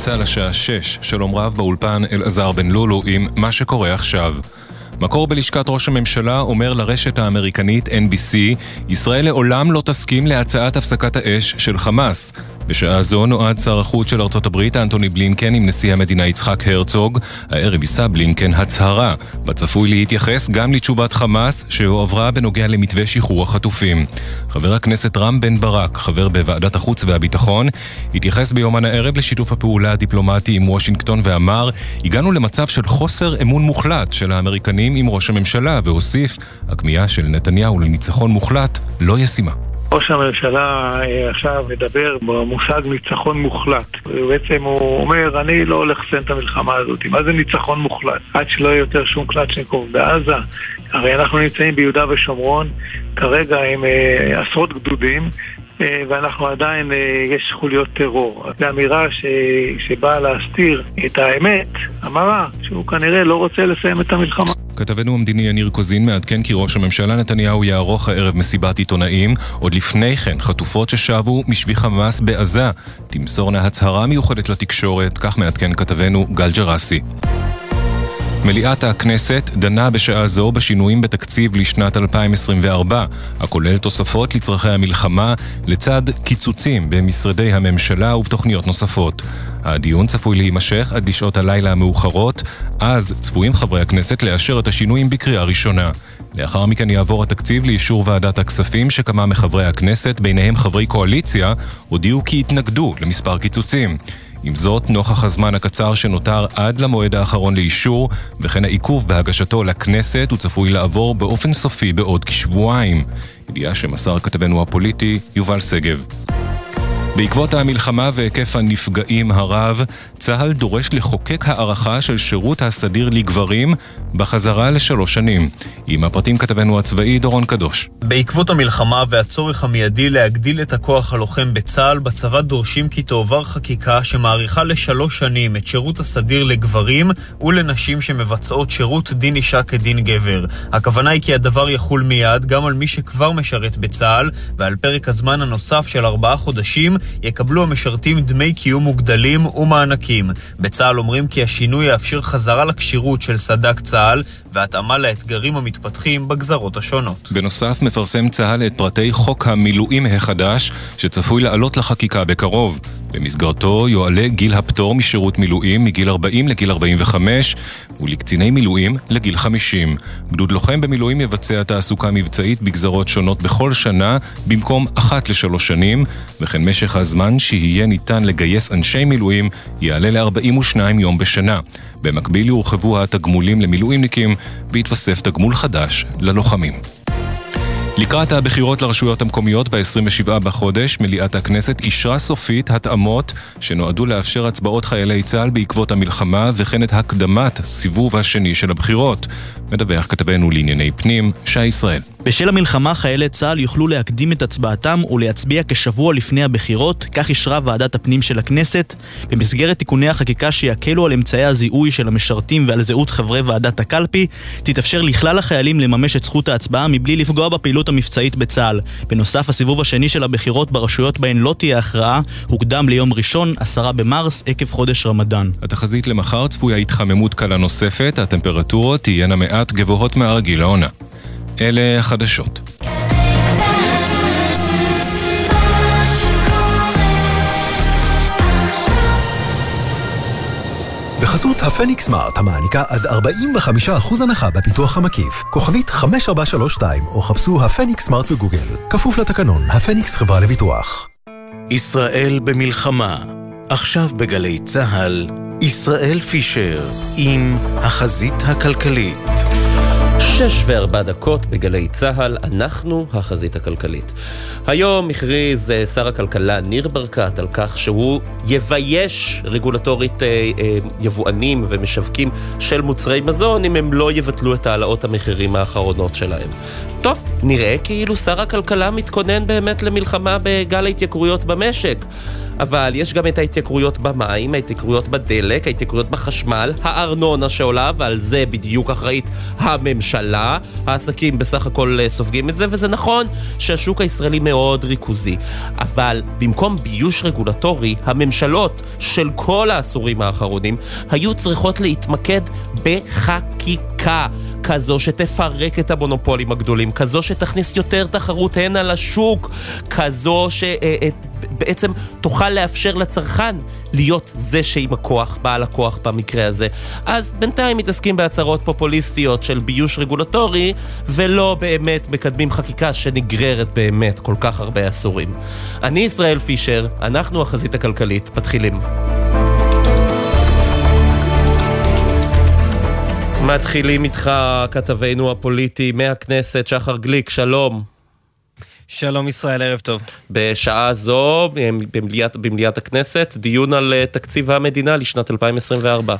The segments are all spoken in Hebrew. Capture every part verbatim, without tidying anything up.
צה"ל השעה שש, שלום רב באולפן אלעזר בן לולו עם מה שקורה עכשיו. מקור בלשכת ראש הממשלה אומר לרשת האמריקנית אן בי סי, ישראל לעולם לא תסכים להצעת הפסקת האש של חמאס. בשעה זו נועד שר החוץ של ארצות הברית אנטוני בלינקן עם נשיא המדינה יצחק הרצוג. הערב יישא בלינקן הצהרה, בצפוי להתייחס גם לתשובת חמאס שהועברה בנוגע למתווה שחרור החטופים. חבר הכנסת רם בן ברק, חבר בוועדת החוץ והביטחון, התייחס ביומן הערב לשיתוף הפעולה הדיפלומטי עם וושינגטון ואמר, הגענו למצב של חוסר אמון מוחלט של האמריקנים עם ראש הממשלה, והוסיף, הכמיהה של נתניהו לניצחון מוחלט לא ישימה. ראש הממשלה עכשיו מדבר במושג ניצחון מוחלט. בעצם הוא אומר, אני לא הולך לסיים את המלחמה הזאת. מה זה ניצחון מוחלט? עד שלא יהיה יותר שום קלצ'ניקוב בעזה. הרי אנחנו נמצאים ביהודה ושומרון, כרגע עם עשרות גדודים, ואנחנו עדיין, יש חוליות טרור. זו אמירה ש... שבאה להסתיר את האמת, אמרה שהוא כנראה לא רוצה לסיים את המלחמה. כתבנו המדיני יניר קוזין מעדכן כי ראש הממשלה נתניהו יערוך הערב מסיבת עיתונאים. עוד לפני כן, חטופות ששבו משבי חמאס בעזה תמסורנה הצהרה מיוחדת לתקשורת, כך מעדכן כתבנו גל ג'רסי. מליאת הכנסת דנה בשעה זו בשינויים בתקציב לשנת אלפיים עשרים וארבע, הכולל תוספות לצרכי המלחמה לצד קיצוצים במשרדי הממשלה ובתוכניות נוספות. הדיון צפוי להימשך עד לשעות הלילה המאוחרות, אז צפויים חברי הכנסת לאשר את השינויים בקריאה ראשונה. לאחר מכן יעבור התקציב לאישור ועדת הכספים, שכמה מחברי הכנסת, ביניהם חברי קואליציה, הודיעו כי התנגדו למספר קיצוצים. עם זאת, נוכח הזמן הקצר שנותר עד למועד האחרון לאישור, וכן העיכוב בהגשתו לכנסת, הוא צפוי לעבור באופן סופי בעוד כשבועיים. ידיעה שמסר כתבנו הפוליטי יובל סגב. בעקבות המלחמה והיקף הנפגעים הרב, צה"ל דורש לחוקק הערכה של שירות הסדיר לגברים בחזרה לשלוש שנים. עם הפרטים כתבנו הצבאי דורון קדוש. בעקבות המלחמה והצורך המיידי להגדיל את הכוח הלוחם בצה"ל, בצבא דורשים כי תועבר חקיקה שמאריכה לשלוש שנים את שירות הסדיר לגברים ולנשים שמבצעות שירות דין אישה כדין גבר. הכוונה היא כי הדבר יחול מיד גם על מי שכבר משרת בצה"ל, ועל פרק הזמן הנוסף של ארבעה חודשים יקבלו המשרתים דמי קיום מוגדלים ומענקים. בצה"ל אומרים כי השינוי יאפשר חזרה לקשירות של סד"כ צה"ל והתאמה לאתגרים המתפתחים בגזרות השונות. בנוסף מפרסם צה"ל את פרטי חוק המילואים החדש שצפוי לעלות לחקיקה בקרוב. במסגרתו יועלה גיל הפטור משירות מילואים מגיל ארבעים לגיל ארבעים וחמש ולקציני מילואים לגיל חמישים. גדוד לוחם במילואים יבצע תעסוקה מבצעית בגזרות שונות בכל שנה במקום אחת לשלוש שנים, וכן משך הזמן שיהיה ניתן לגייס אנשי מילואים יעלה ל-ארבעים ושניים יום בשנה. במקביל יורחבו התגמולים למילואימניקים והתווסף תגמול חדש ללוחמים. לקראת הבחירות לרשויות המקומיות ב-עשרים ושבעה בחודש, מליאת הכנסת אישרה סופית התאמות שנועדו לאפשר הצבעות חיילי צה"ל בעקבות המלחמה, וכן את הקדמת סיבוב השני של הבחירות. מדווח כתבנו לענייני פנים, שי ישראל. בשל המלחמה חיילי צה"ל יוכלו להקדים את הצבעתם ולהצביע כשבוע לפני הבחירות, כך אישרה ועדת הפנים של הכנסת. במסגרת תיקוני החקיקה שיקלו על אמצעי הזיהוי של המשרתים ועל זהות חברי ועדת הקלפי, תתאפשר לכלל החיילים לממש את זכות ההצבעה מבלי לפגוע בפעילות המבצעית בצה"ל. בנוסף, הסיבוב השני של הבחירות ברשויות בהן לא תהיה הכרעה הוקדם ליום ראשון, עשרה במרס, עקב חודש רמדאן. התחזית למחר צפויה התחממות קלה נוספת, הטמפרטורות תהיינה מעט גבוהות מהרגיל לעונה. אלה החדשות. בחסות הפניקס סמארט המעניקה עד ארבעים וחמישה אחוז הנחה בפיתוח המקיף. כוכבית חמש ארבע שלוש שתיים או חפשו הפניקס סמארט בגוגל. כפוף לתקנון, הפניקס חברה לביטוח. ישראל במלחמה. עכשיו בגלי צהל, ישראל פישר עם החזית הכלכלית. שש וארבע דקות בגלי צהל, אנחנו החזית הכלכלית. היום הכריז שר הכלכלה ניר ברקת על כך שהוא יבייש רגולטורית יבואנים ומשווקים של מוצרי מזון אם הם לא יבטלו את העלאות המחירים האחרונות שלהם. טוב, נראה כאילו שר הכלכלה מתכונן באמת למלחמה בגל ההתייקרויות במשק. אבל יש גם את ההתייקרויות במים, ההתייקרויות בדלק, ההתייקרויות בחשמל, הארנונה שעולה, ועל זה בדיוק אחראית הממשלה. הממשלה, העסקים בסך הכל סופגים את זה, וזה נכון שהשוק הישראלי מאוד ריכוזי. אבל במקום ביוש רגולטורי, הממשלות של כל העשורים האחרונים היו צריכות להתמקד בחקיקה. כזו שתפרק את המונופולים הגדולים, כזו שתכניס יותר תחרות הנה לשוק, כזו שבעצם תוכל לאפשר לצרכן להיות זה שעם הכוח, בעל הכוח במקרה הזה. אז בינתיים מתעסקים בהצהרות פופוליסטיות של ביוש רגולטורי, ולא באמת מקדמים חקיקה שנגררת באמת כל כך הרבה עשורים. אני ישראל פישר, אנחנו החזית הכלכלית, מתחילים. מתחילים איתך כתבנו הפוליטי מהכנסת, שחר גליק, שלום. שלום ישראל, ערב טוב. בשעה זו, במליאת, במליאת הכנסת, דיון על תקציב המדינה לשנת אלפיים עשרים וארבע.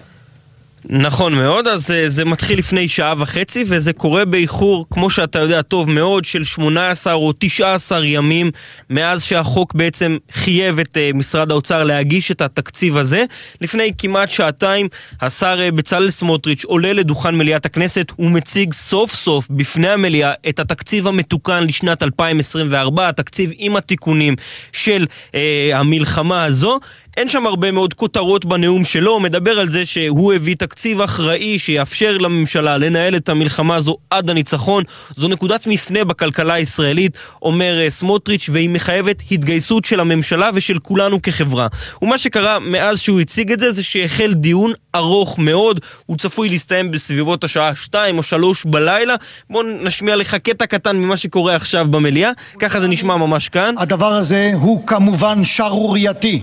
נכון מאוד, אז זה, זה מתחיל לפני שעה וחצי, וזה קורה באיחור, כמו שאתה יודע טוב מאוד, של שמונה עשר או תשע עשרה ימים, מאז שהחוק בעצם חייב את uh, משרד האוצר להגיש את התקציב הזה. לפני כמעט שעתיים, השר uh, בצלאל סמוטריץ' עולה לדוכן מליאת הכנסת, ומציג סוף סוף בפני המליאה את התקציב המתוקן לשנת אלפיים עשרים וארבע, התקציב עם התיקונים של uh, המלחמה הזו. אין שם הרבה מאוד כותרות בנאום שלו, הוא מדבר על זה שהוא הביא תקציב אחראי שיאפשר לממשלה לנהל את המלחמה הזו עד הניצחון. זו נקודת מפנה בכלכלה הישראלית, אומר סמוטריץ', והיא מחייבת התגייסות של הממשלה ושל כולנו כחברה. ומה שקרה מאז שהוא הציג את זה, זה שהחל דיון ארוך מאוד, הוא צפוי להסתיים בסביבות השעה שתיים או שלוש בלילה. בואו נשמיע לך קטע קטן ממה שקורה עכשיו במליאה, ככה זה נשמע ממש כאן. הדבר הזה הוא כמובן שערורייתי.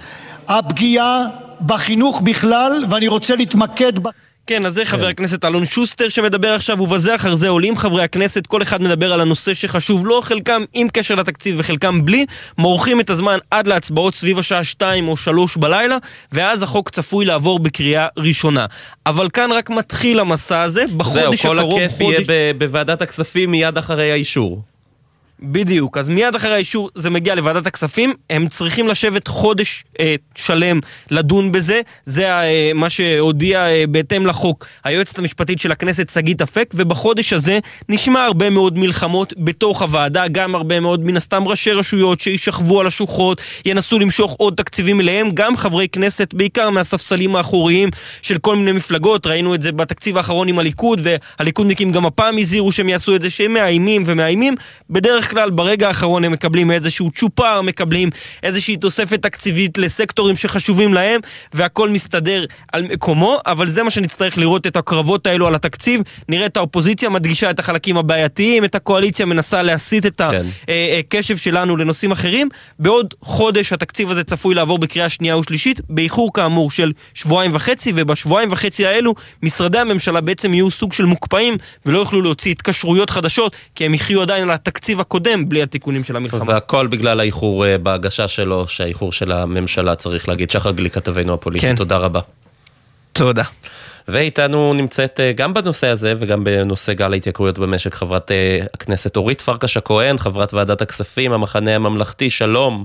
הפגיעה בחינוך בכלל, ואני רוצה להתמקד ב... כן, אז זה חבר הכנסת אלון שוסטר שמדבר עכשיו, ובזה אחר זה עולים חברי הכנסת, כל אחד מדבר על הנושא שחשוב לו, חלקם עם קשר לתקציב וחלקם בלי, מורחים את הזמן עד להצבעות סביב השעה שתיים או שלוש בלילה, ואז החוק צפוי לעבור בקריאה ראשונה. אבל כאן רק מתחיל המסע הזה, בחודש זהו, הקרוב... כל הכיף יהיה בוועדת הכספים מיד אחרי האישור. בדיוק, אז מיד אחרי האישור זה מגיע לוועדת הכספים, הם צריכים לשבת חודש אה, שלם לדון בזה, זה אה, מה שהודיע אה, בהתאם לחוק היועצת המשפטית של הכנסת שגית אפק, ובחודש הזה נשמע הרבה מאוד מלחמות בתוך הוועדה, גם הרבה מאוד מן הסתם ראשי רשויות שישכבו על השוחות, ינסו למשוך עוד תקציבים אליהם, גם חברי כנסת בעיקר מהספסלים האחוריים של כל מיני מפלגות, ראינו את זה בתקציב האחרון עם הליכוד, והליכודניקים גם הפעם הזהירו שהם יעשו את זה, שהם מאיימים ומאיימים, בדרך כלל ברגע האחרון הם מקבלים איזשהו צ'ופר, מקבלים איזושהי תוספת תקציבית לסקטורים שחשובים להם, והכל מסתדר על מקומו, אבל זה מה שנצטרך לראות את הקרבות האלו על התקציב. נראה את האופוזיציה מדגישה את החלקים הבעייתיים, את הקואליציה מנסה להסיט את כן. הקשב שלנו לנושאים אחרים. בעוד חודש התקציב הזה צפוי לעבור בקריאה שנייה ושלישית, באיחור כאמור של שבועיים וחצי, ובשבועיים וחצי האלו משרדי הממשלה בעצם יהיו סוג של מוקפאים, ולא יוכלו להוציא התקשרויות חדשות, כי הם יחיו עדיין על התקציב הקודם בלי התיקונים של המלחמה. והכל בגלל האיחור בהגשה שלו, שהאיחור של הממשלה צריך להגיד. שחר גליק כתבנו הפוליטי, כן. תודה רבה. תודה. ואיתנו נמצאת גם בנושא הזה וגם בנושא גל ההתייקרויות במשק חברת הכנסת אורית פרקש הכהן, חברת ועדת הכספים, המחנה הממלכתי, שלום.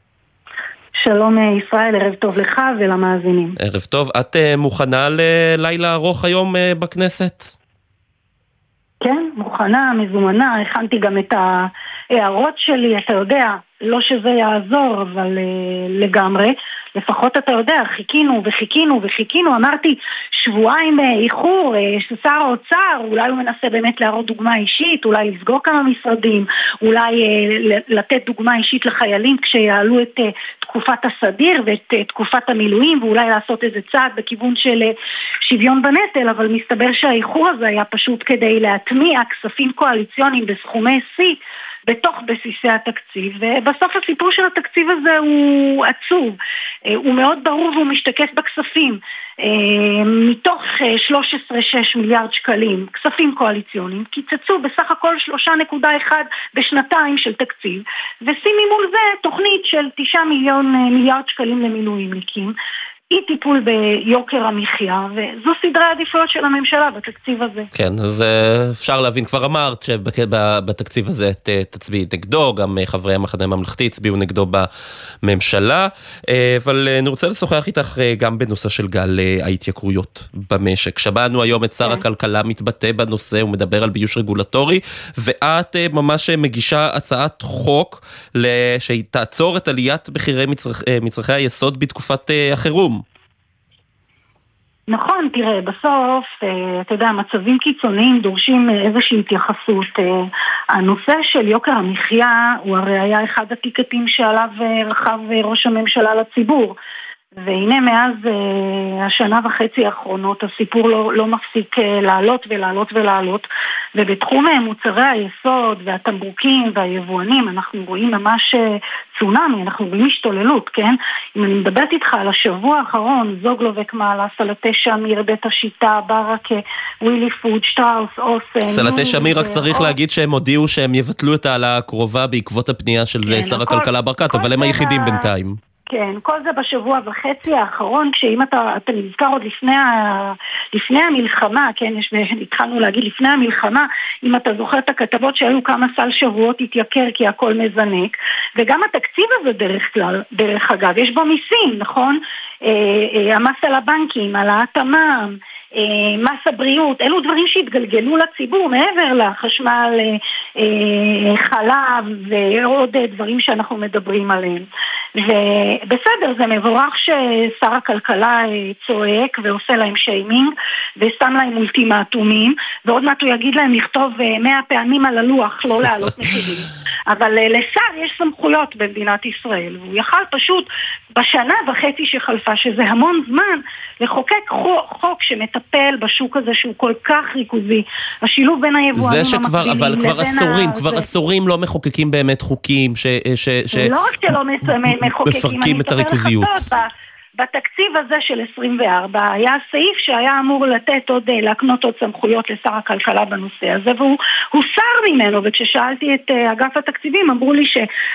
שלום ישראל, ערב טוב לך ולמאזינים. ערב טוב, את מוכנה ללילה ארוך היום בכנסת? כן, מוכנה, מזומנה, הכנתי גם את ההערות שלי, אתה יודע, לא שזה יעזור, אבל uh, לגמרי, לפחות אתה יודע, חיכינו וחיכינו וחיכינו, אמרתי שבועיים איחור, uh, שר האוצר, אולי הוא מנסה באמת להראות דוגמה אישית, אולי לסגור כמה משרדים, אולי uh, לתת דוגמה אישית לחיילים כשיעלו את uh, תקופת הסדיר ואת uh, תקופת המילואים, ואולי לעשות איזה צעד בכיוון של uh, שוויון בנטל, אבל מסתבר שהאיחור הזה היה פשוט כדי להטמיע כספים קואליציוניים בסכומי שיא, בתוך בסיסי התקציב, ובסוף הסיפור של התקציב הזה הוא עצוב, הוא מאוד ברור והוא משתקף בכספים, מתוך שלושה עשר נקודה שש מיליארד שקלים, כספים קואליציוניים, קיצצו בסך הכל שלוש נקודה אחת בשנתיים של תקציב, ושימי מול זה תוכנית של תשעה מיליון מיליארד שקלים למילואימניקים, אי טיפול ביוקר המחיה, וזו סדרי העדיפויות של הממשלה בתקציב הזה. כן, אז אפשר להבין, כבר אמרת שבתקציב הזה תצביעי נגדו, גם חברי המחנה הממלכתי הצביעו נגדו בממשלה, אבל אני רוצה לשוחח איתך גם בנושא של גל ההתייקרויות במשק. שמענו היום את שר הכלכלה מתבטא בנושא, הוא מדבר על ביוש רגולטורי, ואת ממש מגישה הצעת חוק שתעצור את עליית מחירי מצרכי היסוד בתקופת החירום. נכון, תראה, בסוף, אתה יודע, מצבים קיצוניים דורשים איזושהי התייחסות. הנושא של יוקר המחיה הוא הרי היה אחד הטיקטים שעליו רחב ראש הממשלה לציבור. והנה מאז uh, השנה וחצי האחרונות הסיפור לא, לא מפסיק uh, לעלות ולעלות ולעלות, ובתחום uh, מוצרי היסוד והתמרוקים והיבואנים אנחנו רואים ממש uh, צונמי, אנחנו רואים השתוללות, כן? אם אני מדברת איתך על השבוע האחרון, זוגלובק מעלה, סלטי שמיר, בית השיטה, ברק, ווילי פוד, שטראוס, אוסן. סלטי שמיר רק צריך או... להגיד שהם הודיעו שהם יבטלו את העלה הקרובה בעקבות הפנייה של כן, שר כל, הכלכלה ברקת, אבל הם היחידים ה... בינתיים. כן, כל זה בשבוע וחצי האחרון, כשאם אתה, אתה נזכר עוד לפני, ה, לפני המלחמה, כן, יש, התחלנו להגיד לפני המלחמה, אם אתה זוכר את הכתבות שהיו כמה סל שבועות התייקר כי הכל מזנק, וגם התקציב הזה דרך כלל, דרך אגב, יש בו מיסים, נכון? אה, אה, המס על הבנקים, העלאת המע"מ, מס הבריאות, אלו דברים שהתגלגלו לציבור מעבר לחשמל, חלב ועוד דברים שאנחנו מדברים עליהם. ובסדר, זה מבורך ששר הכלכלה צועק ועושה להם שיימינג ושם להם אולטימטומים, ועוד מעט הוא יגיד להם לכתוב מאה פעמים על הלוח לא להעלות מחירים. אבל לשר יש סמכויות במדינת ישראל, והוא יכל פשוט בשנה וחצי שחלפה, שזה המון זמן, לחוקק חוק שמטפל בשוק הזה שהוא כל כך ריכוזי, השילוב בין היבואנים המקבילים, אבל כבר עשורים, כבר עשורים לא מחוקקים באמת חוקים ש... לא רק שלא מחוקקים, את הריכוזיות. בתקציב הזה של עשרים וארבע היה סעיף שהיה אמור לתת עוד, להקנות עוד סמכויות לשר הכלכלה בנושא הזה, והוא הוסר ממנו, וכששאלתי את אגף התקציבים אמרו לי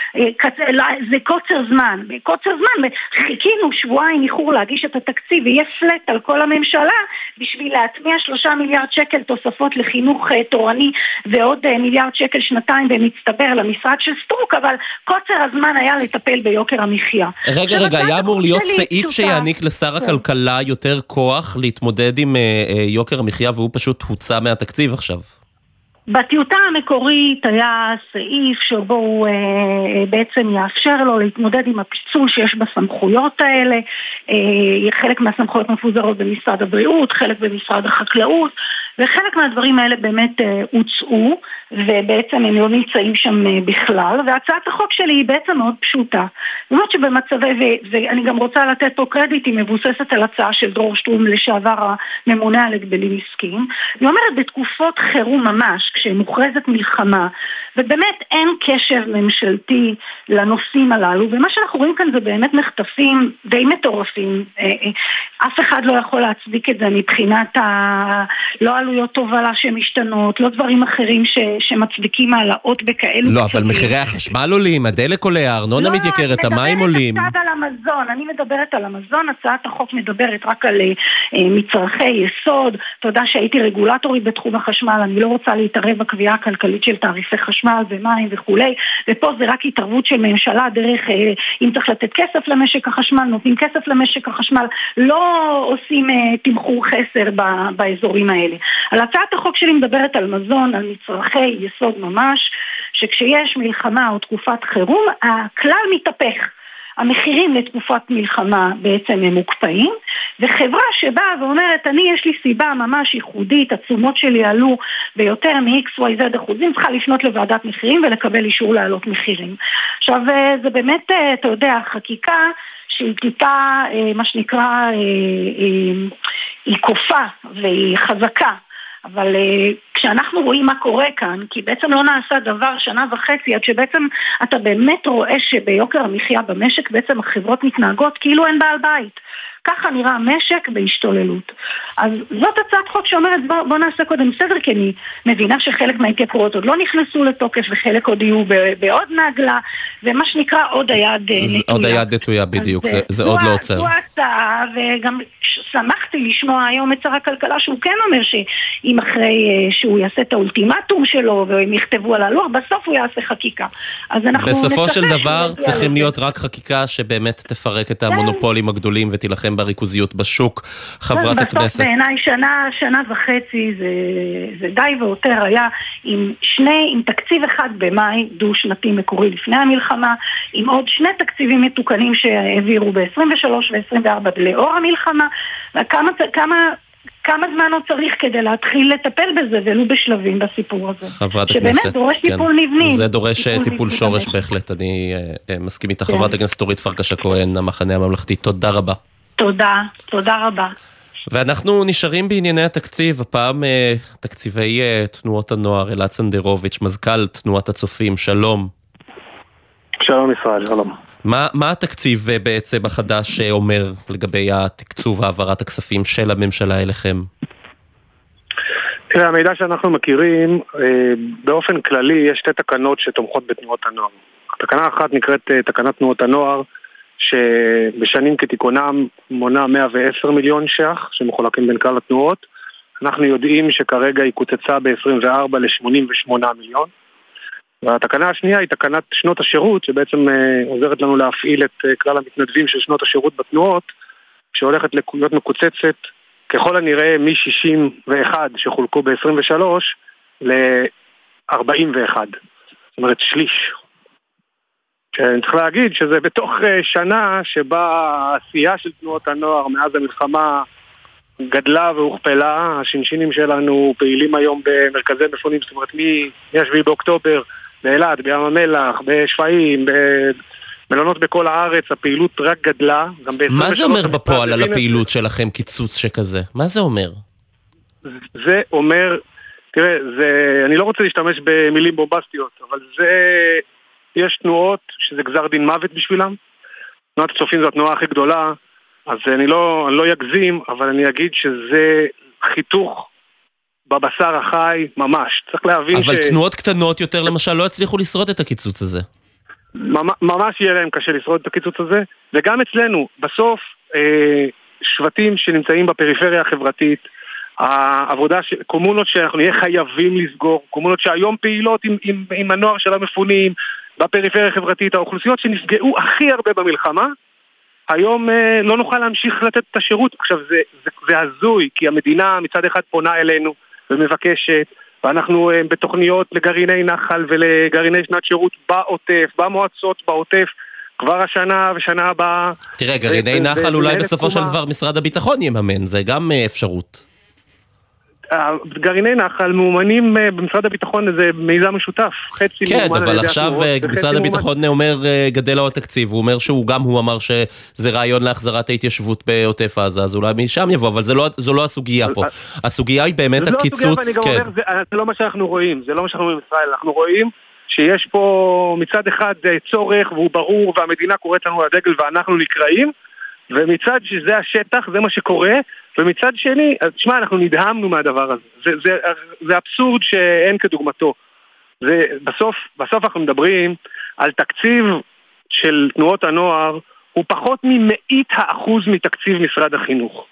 שזה קוצר זמן, קוצר זמן, חיכינו שבועיים איחור להגיש את התקציב, ויהיה פלט על כל הממשלה, בשביל להטמיע שלושה מיליארד שקל תוספות לחינוך תורני, ועוד מיליארד שקל שנתיים במצטבר למשרד של סטרוק, אבל קוצר הזמן היה לטפל ביוקר המחיה. רגע, רגע, היה אמור להיות סעיף שיעניק לשר הכלכלה יותר כוח להתמודד עם יוקר המחיה, והוא פשוט הוצא מהתקציב עכשיו. בטיוטה המקורית היה סעיף שבו הוא אה, בעצם יאפשר לו להתמודד עם הפיצול שיש בסמכויות האלה, אה, חלק מהסמכויות מפוזרות במשרד הבריאות, חלק במשרד החקלאות, וחלק מהדברים האלה באמת אה, הוצאו, ובעצם הם לא נמצאים שם אה, בכלל, והצעת החוק שלי היא בעצם מאוד פשוטה. זאת אומרת שבמצבי, ו- ואני גם רוצה לתת פה קרדיט, היא מבוססת על הצעה של דרור שטרום לשעבר הממונה על הגבלים עסקיים, היא אומרת בתקופות חירום ממש, כשמוכרזת מלחמה, ובאמת אין קשר ממשלתי לנושאים הללו, ומה שאנחנו רואים כאן זה באמת מחטפים די מטורפים, אף אחד לא יכול להצדיק את זה מבחינת ה... לא עלויות תובלה שמשתנות, לא דברים אחרים ש... שמצדיקים העלאות בכאלו. לא, אבל מחירי החשמל עולים, הדלק עולה, הארנונה לא, מתייקרת, המים עולים. אני מדברת על המזון, אני מדברת על המזון, הצעת החוק מדברת רק על uh, מצרכי יסוד, אתה יודע שהייתי רגולטורית בתחום החשמל, אני לא רוצה להתערב בקביעה הכלכלית של תעריפי חשמל ומים וכולי, ופה זה רק התערבות של ממשלה דרך, uh, אם צריך לתת כסף למשק החשמל, נותנים כסף למשק החשמל, לא עושים uh, תמחור חסר ב- באזורים האלה. על הצעת החוק שלי מדברת על מזון, על מצרכי יסוד ממש, שכשיש מלחמה או תקופת חירום, הכלל מתהפך. המחירים לתקופת מלחמה בעצם הם מוקפאים, וחברה שבאה ואומרת, אני יש לי סיבה ממש ייחודית, התשומות שלי עלו ביותר מ-X Y Z אחוזים, צריכה לפנות לוועדת מחירים ולקבל אישור לעלות מחירים. עכשיו, זה באמת, אתה יודע, חקיקה שהיא טיפה, מה שנקרא, היא קופה והיא חזקה. אבל כשאנחנו רואים מה קורה כאן, כי בעצם לא נעשה דבר שנה וחצי, עד שבעצם אתה באמת רואה שביוקר המחיה במשק בעצם החברות מתנהגות כאילו אין בעל בית. ככה נראה המשק בהשתוללות. אז זאת הצעת חוק שאומרת בוא, בוא נעשה קודם סדר, כי אני מבינה שחלק מההתייקרויות עוד לא נכנסו לתוקף וחלק עוד יהיו בעוד נגלה, ומה שנקרא עוד היד נטויה. עוד היד נטויה בדיוק, זה, זה עוד לא עוצר. זו הצעה, וגם שמחתי לשמוע היום את שר הכלכלה שהוא כן אומר שאם אחרי שהוא יעשה את האולטימטום שלו והם יכתבו על הלוח, בסוף הוא יעשה חקיקה. אז אנחנו בסופו של דבר צריכים להיות רק חקיקה שבאמת תפרק את המונופולים הגדולים ותילחם בריכוזיות בשוק. חברת הכנסת. בסוף בעיניי שנה, שנה וחצי זה, זה די ויותר היה עם שני, עם תקציב אחד במאי, דו שנתי מקורי לפני המלחמה, עם עוד שני תקציבים מתוקנים שהעבירו ב-עשרים ושלוש ו-עשרים וארבע לאור המלחמה, וכמה, כמה, כמה זמן עוד צריך כדי להתחיל לטפל בזה, ולו בשלבים בסיפור הזה. חברת שבאמת הכנסת. דורש כן. טיפול מבני. זה דורש טיפול, טיפול שורש במשק. בהחלט, אני uh, מסכים איתך. כן. חברת הכנסת אורית פרקש הכהן, המחנה הממלכתי, תודה רבה. תודה, תודה רבה. ואנחנו נשארים בענייני התקציב, הפעם תקציבי תנועות הנוער. אלעד סנדרוביץ', מזכ"ל תנועת הצופים, שלום. שלום ישראל, שלום. מה, מה התקציב בעצם החדש אומר לגבי התקצוב העברת הכספים של הממשלה אליכם? תראה, המידע שאנחנו מכירים, באופן כללי יש שתי תקנות שתומכות בתנועות הנוער. תקנה אחת נקראת תקנת תנועות הנוער, שבשנים כתיקונם מונה מאה ועשר מיליון ש"ח שמחולקים בין כלל התנועות. אנחנו יודעים שכרגע היא קוצצה ב-עשרים וארבע ל-שמונים ושמונה מיליון. והתקנה השנייה היא תקנת שנות השירות, שבעצם עוזרת לנו להפעיל את כלל המתנדבים של שנות השירות בתנועות, שהולכת להיות מקוצצת ככל הנראה מ-שישים ואחת שחולקו ב-עשרים ושלוש ל-ארבעים ואחת. זאת אומרת שליש. אני צריך להגיד שזה בתוך שנה שבה העשייה של תנועות הנוער מאז המלחמה גדלה והוכפלה. השינשינים שלנו פעילים היום במרכזי מפונים, זאת אומרת מ-שבעה באוקטובר, באילת, בים המלח, בשפיים, במלונות בכל הארץ, הפעילות רק גדלה. מה זה אומר בפועל על הפעילות שלכם קיצוץ שכזה? מה זה אומר? זה אומר, תראה, זה, אני לא רוצה להשתמש במילים בומבסטיות, אבל זה... יש תנועות שזה גזר דין מוות בשבילם. תנועת הצופים זו התנועה הכי גדולה, אז אני לא, אני לא יגזים, אבל אני אגיד שזה חיתוך בבשר החי ממש. צריך להבין אבל ש... אבל תנועות קטנות יותר למשל לא הצליחו לשרוד את הקיצוץ הזה. ממש יהיה להם קשה לשרוד את הקיצוץ הזה, וגם אצלנו, בסוף, אה, שבטים שנמצאים בפריפריה החברתית, העבודה, ש... קומונות שאנחנו נהיה חייבים לסגור, קומונות שהיום פעילות עם, עם, עם הנוער של המפונים, בפריפריה החברתית, האוכלוסיות שנפגעו הכי הרבה במלחמה, היום אה, לא נוכל להמשיך לתת את השירות. עכשיו זה, זה, זה הזוי, כי המדינה מצד אחד פונה אלינו ומבקשת, ואנחנו אה, בתוכניות לגרעיני נחל ולגרעיני שנת שירות בעוטף, במועצות בעוטף, כבר השנה ושנה הבאה. תראה, גרעיני נחל זה, אולי זה בסופו של דבר משרד הביטחון יממן, זה גם אה, אפשרות. גרעיני נחל מאומנים במשרד הביטחון, זה מיזם משותף. כן, אבל עכשיו משרד הביטחון אומר גדל לו התקציב, הוא אומר שהוא גם הוא אמר שזה רעיון להחזרת ההתיישבות בעוטף עזה, אז אולי משם יבוא, אבל זו לא הסוגיה פה. הסוגיה היא באמת הקיצוץ. זה לא מה שאנחנו רואים, זה לא מה שאנחנו רואים ישראל, אנחנו רואים שיש פה מצד אחד צורך והוא ברור והמדינה קוראת לנו לדגל ואנחנו נקראים, ומצד שזה השטח, זה מה שקורה, ומצד שני, תשמע, אנחנו נדהמנו מהדבר הזה. זה, זה, זה אבסורד שאין כדוגמתו. זה, בסוף, בסוף אנחנו מדברים על תקציב של תנועות הנוער, הוא פחות ממאית האחוז מתקציב משרד החינוך.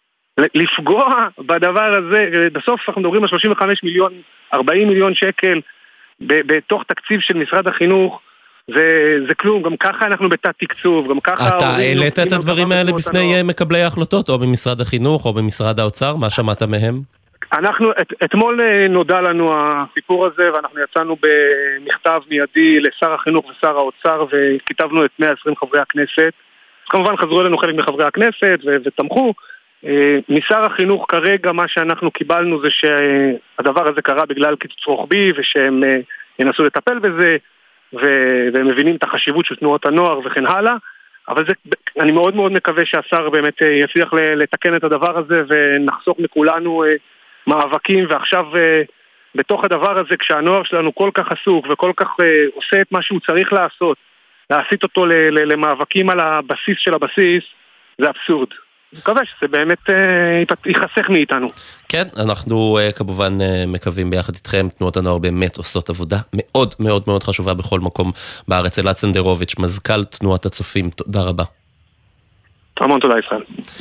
לפגוע בדבר הזה, בסוף אנחנו מדברים על שלושים וחמישה מיליון, ארבעים מיליון שקל, בתוך תקציב של משרד החינוך, זה, זה כלום, גם ככה אנחנו בתת תקצוב, גם ככה... אתה העלית את הדברים האלה בפני מקבלי ההחלטות, או במשרד החינוך, או במשרד האוצר? מה שמעת מהם? אנחנו, את, אתמול נודע לנו הסיפור הזה, ואנחנו יצאנו במכתב מיידי לשר החינוך ושר האוצר, וכתבנו את מאה ועשרים חברי הכנסת. אז כמובן חזרו אלינו חלק מחברי הכנסת, ו- ותמכו. משר החינוך כרגע מה שאנחנו קיבלנו זה שהדבר הזה קרה בגלל קיצוץ רוחבי, ושהם ינסו לטפל בזה, והם מבינים את החשיבות של תנועות הנוער וכן הלאה, אבל זה, אני מאוד מאוד מקווה שהשר באמת יצליח לתקן את הדבר הזה ונחסוך מכולנו מאבקים, ועכשיו בתוך הדבר הזה, כשהנוער שלנו כל כך עסוק וכל כך אה, עושה את מה שהוא צריך לעשות, להסיט אותו ל- ל- למאבקים על הבסיס של הבסיס, זה אבסורד. אני מקווה שזה באמת אה, ייחסך מאיתנו. כן, אנחנו uh, כמובן uh, מקווים ביחד איתכם, תנועות הנוער באמת עושות עבודה מאוד מאוד מאוד חשובה בכל מקום בארץ. אלעד סנדרוביץ', מזכ"ל תנועת הצופים, תודה רבה. המון תודה ישראל.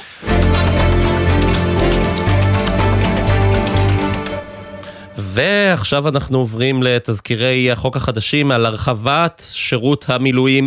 ועכשיו אנחנו עוברים לתזכירי החוק החדשים על הרחבת שירות המילואים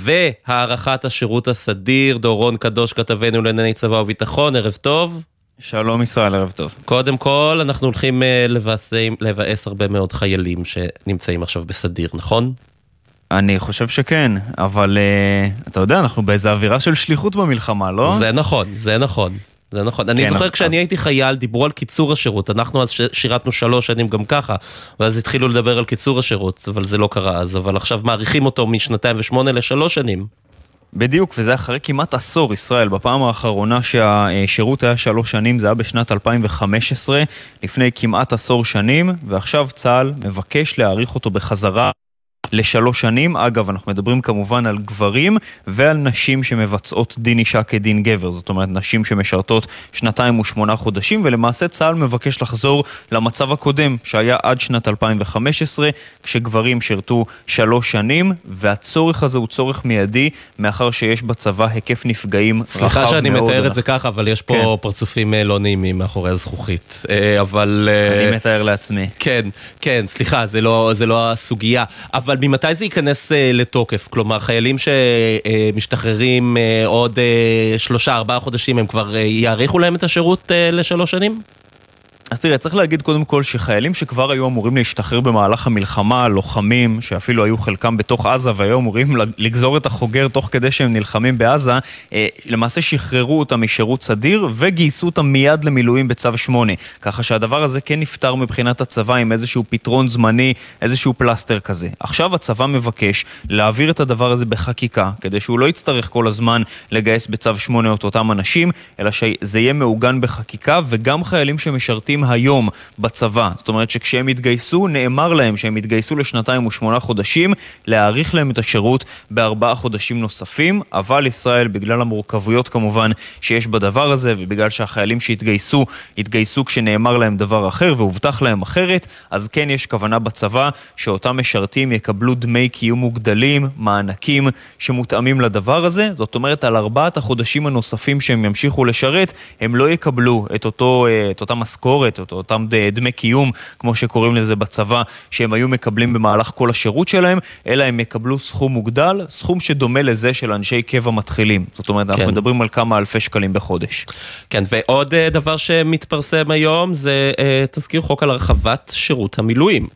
והערכת השירות הסדיר. דורון קדוש, כתבנו לענייני צבא וביטחון, ערב טוב. שלום ישראל, ערב טוב. קודם כל, אנחנו הולכים לבאס, לבאס הרבה מאוד חיילים שנמצאים עכשיו בסדיר, נכון? אני חושב שכן, אבל uh, אתה יודע, אנחנו באיזו אווירה של שליחות במלחמה, לא? זה נכון, זה נכון. זה נכון. אני זוכר כשאני הייתי חייל, דיברו על קיצור השירות. אנחנו אז שירתנו שלוש שנים גם ככה, ואז התחילו לדבר על קיצור השירות, אבל זה לא קרה אז. אבל עכשיו מעריכים אותו משנתיים ושמונה לשלוש שנים. בדיוק, וזה אחרי כמעט עשור, ישראל. בפעם האחרונה שהשירות היה שלוש שנים, זה היה בשנת אלפיים וחמש עשרה, לפני כמעט עשור שנים, ועכשיו צה"ל מבקש להאריך אותו בחזרה לשלוש שנים. אגב, אנחנו מדברים כמובן על גברים ועל נשים שמבצעות דין אישה כדין גבר. זאת אומרת, נשים שמשרתות שנתיים ושמונה חודשים, ולמעשה צה"ל מבקש לחזור למצב הקודם, שהיה עד שנת אלפיים וחמש עשרה, כשגברים שרתו שלוש שנים, והצורך הזה הוא צורך מיידי, מאחר שיש בצבא היקף נפגעים רחב מאוד. סליחה שאני מתאר את זה ככה, אבל יש פה כן. פרצופים לא נעימים מאחורי הזכוכית. אבל... אני מתאר לעצמי. כן, כן, סליחה, זה לא, זה לא הסוגיה. אבל ממתי זה ייכנס לתוקף? כלומר, חיילים שמשתחררים עוד שלושה, ארבעה חודשים, הם כבר יאריכו להם את השירות לשלוש שנים? אז תראה, צריך להגיד קודם כל שחיילים שכבר היו אמורים להשתחרר במהלך המלחמה, לוחמים שאפילו היו חלקם בתוך עזה והיו אמורים לגזור את החוגר תוך כדי שהם נלחמים בעזה, למעשה שחררו אותם משירות סדיר וגייסו אותם מיד למילואים בצו שמונה. ככה שהדבר הזה כן נפטר מבחינת הצבא עם איזשהו פתרון זמני, איזשהו פלסטר כזה. עכשיו הצבא מבקש להעביר את הדבר הזה בחקיקה, כדי שהוא לא יצטרך כל הזמן לגייס בצו שמונה את אותם אנשים, אלא שזה יהיה מעוגן בחקיקה, וגם חיילים שמשרתים היום בצבא. זאת אומרת שכשהם התגייסו, נאמר להם שהם התגייסו לשנתיים ושמונה חודשים, להאריך להם את השירות בארבעה חודשים נוספים, אבל ישראל, בגלל המורכבויות כמובן שיש בדבר הזה, ובגלל שהחיילים שהתגייסו, התגייסו כשנאמר להם דבר אחר, והובטח להם אחרת, אז כן יש כוונה בצבא שאותם משרתים יקבלו דמי קיום מוגדלים, מענקים שמותאמים לדבר הזה. זאת אומרת, על ארבעת החודשים הנוספים שהם ימשיכו לשרת, הם לא יקבלו את אותו, את אותה משכורת, את אותם דמי קיום, כמו שקוראים לזה בצבא, שהם היו מקבלים במהלך כל השירות שלהם, אלא הם יקבלו סכום מוגדל, סכום שדומה לזה של אנשי קבע מתחילים. זאת אומרת, אנחנו מדברים על כמה אלפי שקלים בחודש. כן, ועוד דבר שמתפרסם היום, זה תזכיר חוק על הרחבת שירות המילואים.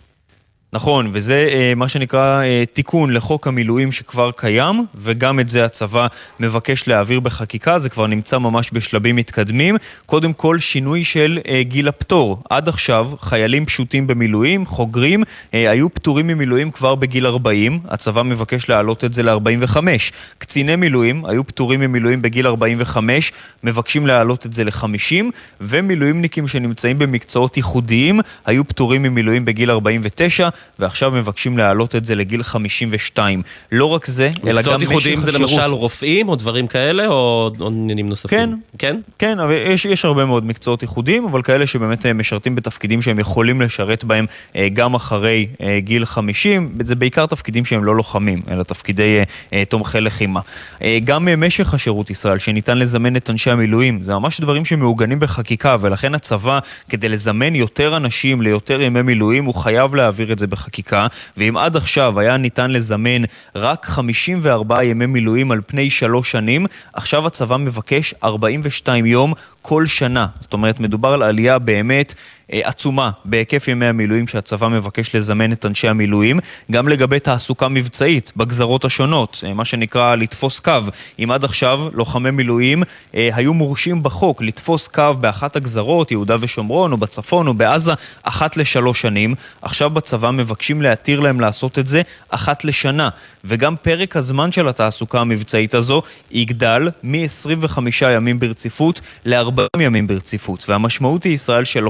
נכון, וזה אה, מה שנקרא אה, תיקון לחוק המילואים שכבר קיים, וגם את זה הצבא מבקש להעביר בחקיקה. זה כבר נמצא ממש בשלבים מתקדמים. קודם כל שינוי של אה, גיל הפטור. עד עכשיו חיילים פשוטים במילואים, חוגרים, אה, היו פטורים ממילואים כבר בגיל ארבעים, הצבא מבקש להעלות את זה ל-ארבעים וחמש. קציני מילואים היו פטורים ממילואים בגיל ארבעים וחמש, מבקשים להעלות את זה ל-חמישים, ומילואימניקים שנמצאים במקצועות ייחודיים היו פטורים ממילואים בגיל ארבעים ותשע, ועכשיו מבקשים להעלות את זה לגיל חמישים ושתיים. לא רק זה, אלא גם מקצועות ייחודיים זה למשל רופאים או דברים כאלה, או עניינים נוספים? כן, כן? כן, אבל יש, יש הרבה מאוד מקצועות ייחודיים, אבל כאלה שבאמת משרתים בתפקידים שהם יכולים לשרת בהם גם אחרי גיל חמישים, זה בעיקר תפקידים שהם לא לוחמים, אלא תפקידי תומכי לחימה. גם משך השירות ישראל, שניתן לזמן את אנשי המילואים, זה ממש דברים שמעוגנים בחקיקה, ולכן הצבא, כדי לזמן יותר אנשים ליותר ימי מילואים, הוא חייב להעביר את זה בחקיקה, ואם עד עכשיו היה ניתן לזמן רק חמישים וארבעה ימי מילואים על פני שלוש שנים, עכשיו הצבא מבקש ארבעים ושתיים יום כל שנה. זאת אומרת, מדובר על עלייה באמת עצומה בהיקף ימי המילואים שהצבא מבקש לזמן את אנשי המילואים, גם לגבי תעסוקה מבצעית בגזרות השונות, מה שנקרא לתפוס קו. אם עד עכשיו לוחמי מילואים היו מורשים בחוק לתפוס קו באחת הגזרות, יהודה ושומרון או בצפון או בעזה, אחת לשלוש שנים, עכשיו בצבא מבקשים להתיר להם לעשות את זה אחת לשנה, וגם פרק הזמן של התעסוקה המבצעית הזו יגדל מ-עשרים וחמישה ימים ברציפות ל-ארבעים ימים ברציפות, והמשמעות היא ישראל של לוחם מילואים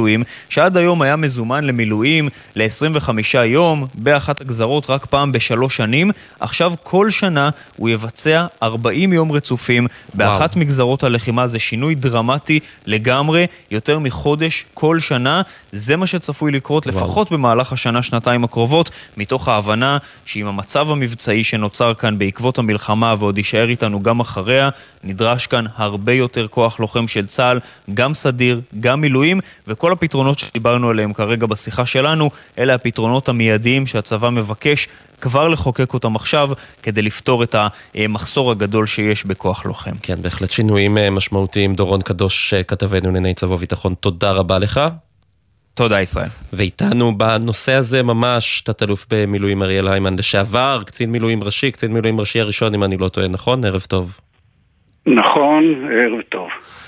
מילואים, שעד היום היה מזומן למילואים ל-עשרים וחמישה יום, באחת הגזרות רק פעם בשלוש שנים. עכשיו כל שנה הוא יבצע ארבעים יום רצופים באחת וואו. מגזרות הלחימה. זה שינוי דרמטי לגמרי, יותר מחודש כל שנה. זה מה שצפוי לקרות וואו. לפחות במהלך השנה, שנתיים הקרובות, מתוך ההבנה שעם המצב המבצעי שנוצר כאן בעקבות המלחמה ועוד יישאר איתנו גם אחריה, נדרש כאן הרבה יותר כוח לוחם של צה"ל, גם סדיר, גם מילואים, וכל הפתרונות שדיברנו עליהם כרגע בשיחה שלנו, אלה הפתרונות המיידיים שהצבא מבקש כבר לחוקק אותם עכשיו, כדי לפתור את המחסור הגדול שיש בכוח לוחם. כן, בהחלט שינויים משמעותיים. דורון קדוש, כתבנו לענייני צבא וביטחון, תודה רבה לך. תודה ישראל. ואיתנו בנושא הזה ממש, תת-אלוף במילואים אריאל היימן, לשעבר, קצין מילואים ראשי, קצין מילואים ראשי הראשון, אם אני לא טועה, נכון? ערב טוב. נכון, ערב טוב.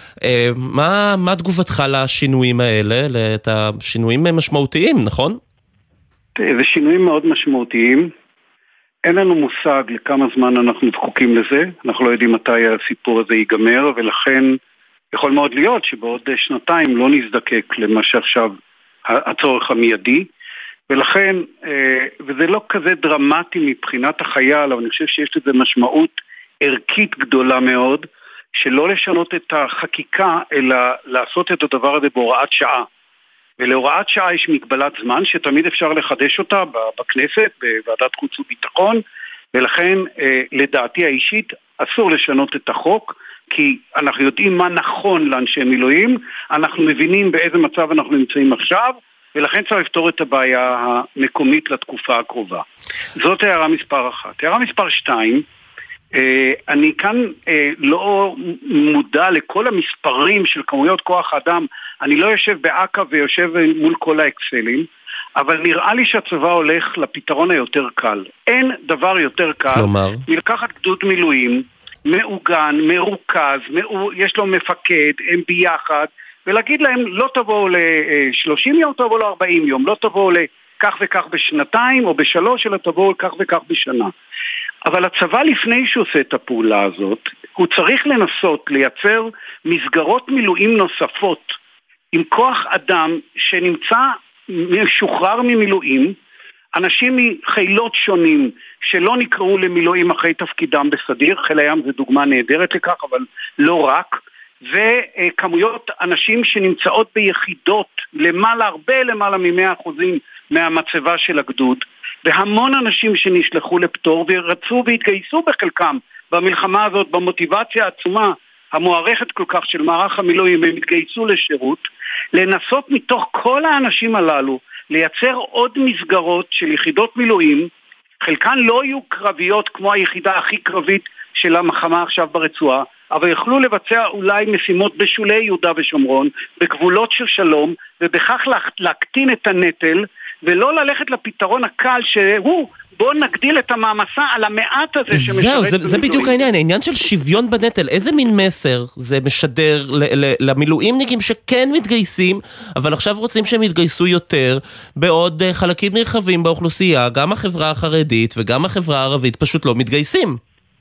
מה, מה תגובתך לשינויים האלה, את השינויים משמעותיים, נכון? זה שינויים מאוד משמעותיים. אין לנו מושג לכמה זמן אנחנו זקוקים לזה. אנחנו לא יודעים מתי הסיפור הזה ייגמר, ולכן יכול מאוד להיות שבעוד שנתיים לא נזדקק למה שעכשיו הצורך המיידי. ולכן, וזה לא כזה דרמטי מבחינת החייל, אבל אני חושב שיש לזה משמעות ערכית גדולה מאוד, שלא לשנות את החקיקה, אלא לעשות את הדבר הזה בהוראת שעה. ולהוראת שעה יש מגבלת זמן שתמיד אפשר לחדש אותה בכנסת, בוועדת חוץ וביטחון, ולכן לדעתי האישית אסור לשנות את החוק, כי אנחנו יודעים מה נכון לאנשי מילואים, אנחנו מבינים באיזה מצב אנחנו נמצאים עכשיו, ולכן צריך לפתור את הבעיה המקומית לתקופה הקרובה. זאת הערה מספר אחת. הערה מספר שתיים, אני כאן לא מודע לכל המספרים של כמויות כוח האדם, אני לא יושב באקה ויושב מול כל האקסלים, אבל נראה לי שהצבא הולך לפתרון היותר קל. אין דבר יותר קל מלקחת גדוד מילואים, מעוגן, מרוכז, יש לו מפקד, הם ביחד, ולהגיד להם לא תבואו ל-שלושים יום, תבואו ל-ארבעים יום, לא תבואו לכך וכך בשנתיים או בשלוש, אלא תבואו לכך וכך בשנה. אבל הצבא לפני שהוא עושה את הפעולה הזאת, הוא צריך לנסות לייצר מסגרות מילואים נוספות עם כוח אדם שנמצא משוחרר ממילואים, אנשים מחילות שונים שלא נקראו למילואים אחרי תפקידם בסדיר, חיל הים זה דוגמה נהדרת לכך, אבל לא רק, וכמויות אנשים שנמצאות ביחידות למעלה, הרבה למעלה מ-מאה אחוזים מהמצבה של הגדוד, והמון אנשים שנשלחו לפטור ורצו והתגייסו בחלקם במלחמה הזאת, במוטיבציה העצומה המוערכת כל כך של מערך המילואים, הם התגייסו לשירות, לנסות מתוך כל האנשים הללו לייצר עוד מסגרות של יחידות מילואים, חלקן לא יהיו קרביות כמו היחידה הכי קרבית של המלחמה עכשיו ברצועה, אבל יכלו לבצע אולי משימות בשולי יהודה ושומרון, בגבולות של שלום, ובכך להקטין את הנטל, ולא ללכת לפתרון הקל שהוא, בוא נגדיל את המעמסה על המעט הזה שמשרת. זהו, זה, זה בדיוק העניין, העניין של שוויון בנטל. איזה מין מסר זה משדר ל- ל- למילואימניקים שכן מתגייסים, אבל עכשיו רוצים שהם יתגייסו יותר, בעוד חלקים נרחבים באוכלוסייה, גם החברה החרדית וגם החברה הערבית פשוט לא מתגייסים.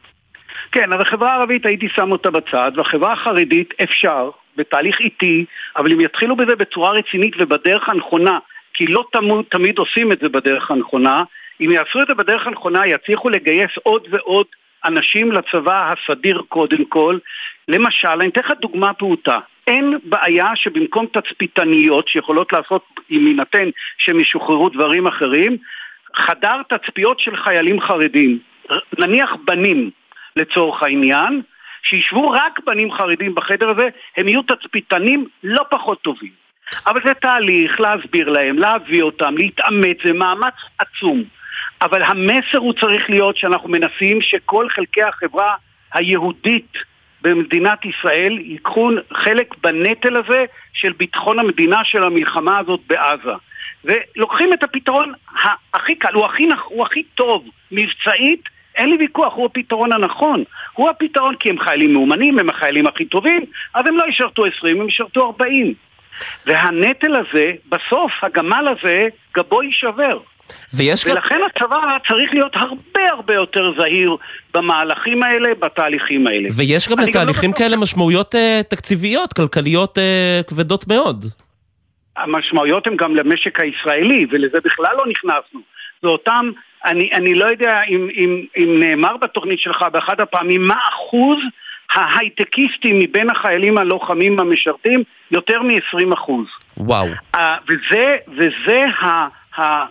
כן, אבל החברה הערבית הייתי שם אותה בצד, והחברה החרדית אפשר, בתהליך איטי, אבל אם יתחילו בזה בצורה רצינית ובדרך הנכונה, כי לא תמיד, תמיד עושים את זה בדרך הנכונה, אם יעשו את זה בדרך הנכונה, יצליחו לגייס עוד ועוד אנשים לצבא הסדיר קודם כל. למשל, אני אתן לך דוגמה פעוטה. אין בעיה שבמקום תצפיתניות שיכולות לעשות, אם יינתן שהם ישוחררו דברים אחרים, חדר תצפיות של חיילים חרדים, נניח בנים לצורך העניין, שישבו רק בנים חרדים בחדר הזה, הם יהיו תצפיתנים לא פחות טובים. אבל זה תהליך להסביר להם, להביא אותם, להתאמץ, זה מאמץ עצום. אבל המסר הוא צריך להיות שאנחנו מנסים שכל חלקי החברה היהודית במדינת ישראל ייקחו חלק בנטל הזה של ביטחון המדינה של המלחמה הזאת בעזה. ולוקחים את הפתרון הכי קל, הוא הכי, הוא הכי טוב, מבצעית, אין לי ויכוח, הוא הפתרון הנכון. הוא הפתרון כי הם חיילים מאומנים, הם החיילים הכי טובים, אז הם לא ישרתו עשרים, הם ישרתו ארבעים. והנטל הזה, בסוף הגמל הזה, גבו יישבר. ולכן הצבא צריך להיות הרבה הרבה יותר זהיר במהלכים האלה, בתהליכים האלה. ויש גם לתהליכים כאלה משמעויות תקציביות, כלכליות כבדות מאוד. המשמעויות הן גם למשק הישראלי, ולזה בכלל לא נכנסנו. זה אותם, אני, אני לא יודע אם, אם, אם נאמר בתוכנית שלך באחד הפעמים, מה אחוז ההייטקיסטים מבין החיילים הלוחמים המשרתים, יותר מ-עשרים אחוז. וואו. וזה, וזה ה, ה,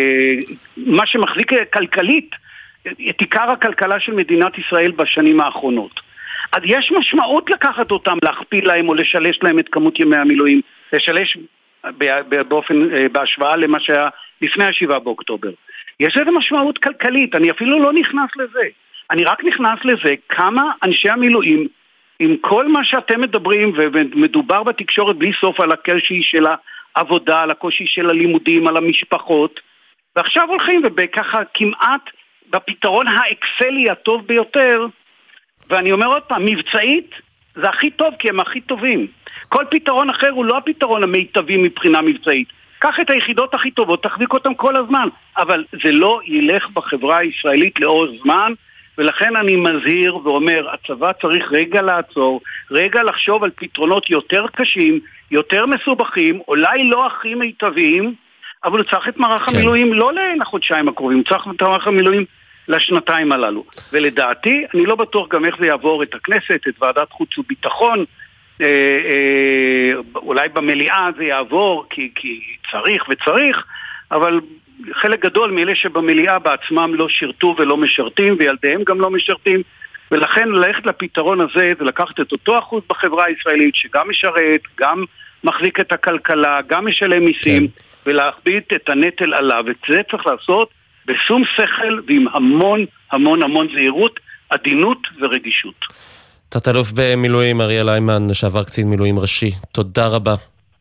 מה שמחזיק כלכלית, את עיקר הכלכלה של מדינת ישראל בשנים האחרונות. אז יש משמעות לקחת אותם, להכפיל להם או לשלש להם את כמות ימי המילואים, לשלש באופן, בהשוואה למה שהיה לפני השבעה באוקטובר. יש לזה משמעות כלכלית, אני אפילו לא נכנס לזה. אני רק נכנס לזה כמה אנשי המילואים, עם כל מה שאתם מדברים, ומדובר בתקשורת בלי סוף על הקושי של העבודה, על הקושי של הלימודים, על המשפחות, ועכשיו הולכים ובככה כמעט בפתרון האקסלי הטוב ביותר, ואני אומר עוד פעם, מבצעית זה הכי טוב כי הם הכי טובים. כל פתרון אחר הוא לא הפתרון המיטבי מבחינה מבצעית. קח את היחידות הכי טובות, תחזיק אותם כל הזמן, אבל זה לא ילך בחברה הישראלית לאורך זמן, ולכן אני מזהיר ואומר, הצבא צריך רגע לעצור, רגע לחשוב על פתרונות יותר קשים, יותר מסובכים, אולי לא הכי מיטביים, אבל הוא צריך את מערך כן. המילואים לא לחודשיים הקרובים, הוא צריך את מערך המילואים לשנתיים הללו. ולדעתי, אני לא בטוח גם איך זה יעבור את הכנסת, את ועדת חוץ וביטחון, אה, אה, אולי במליאה זה יעבור, כי, כי צריך וצריך, אבל חלק גדול מאלה שבמליאה בעצמם לא שירתו ולא משרתים, וילדיהם גם לא משרתים, ולכן ללכת לפתרון הזה, זה לקחת את אותו אחוז בחברה הישראלית, שגם משרת, גם מחזיק את הכלכלה, גם משלם מיסים, כן. ולהכביד את הנטל עליו. את זה צריך לעשות בשום שכל ועם המון המון המון זהירות, עדינות ורגישות. תת-אלוף במילואים אריאל היימן, לשעבר קצין מילואים ראשי, תודה רבה.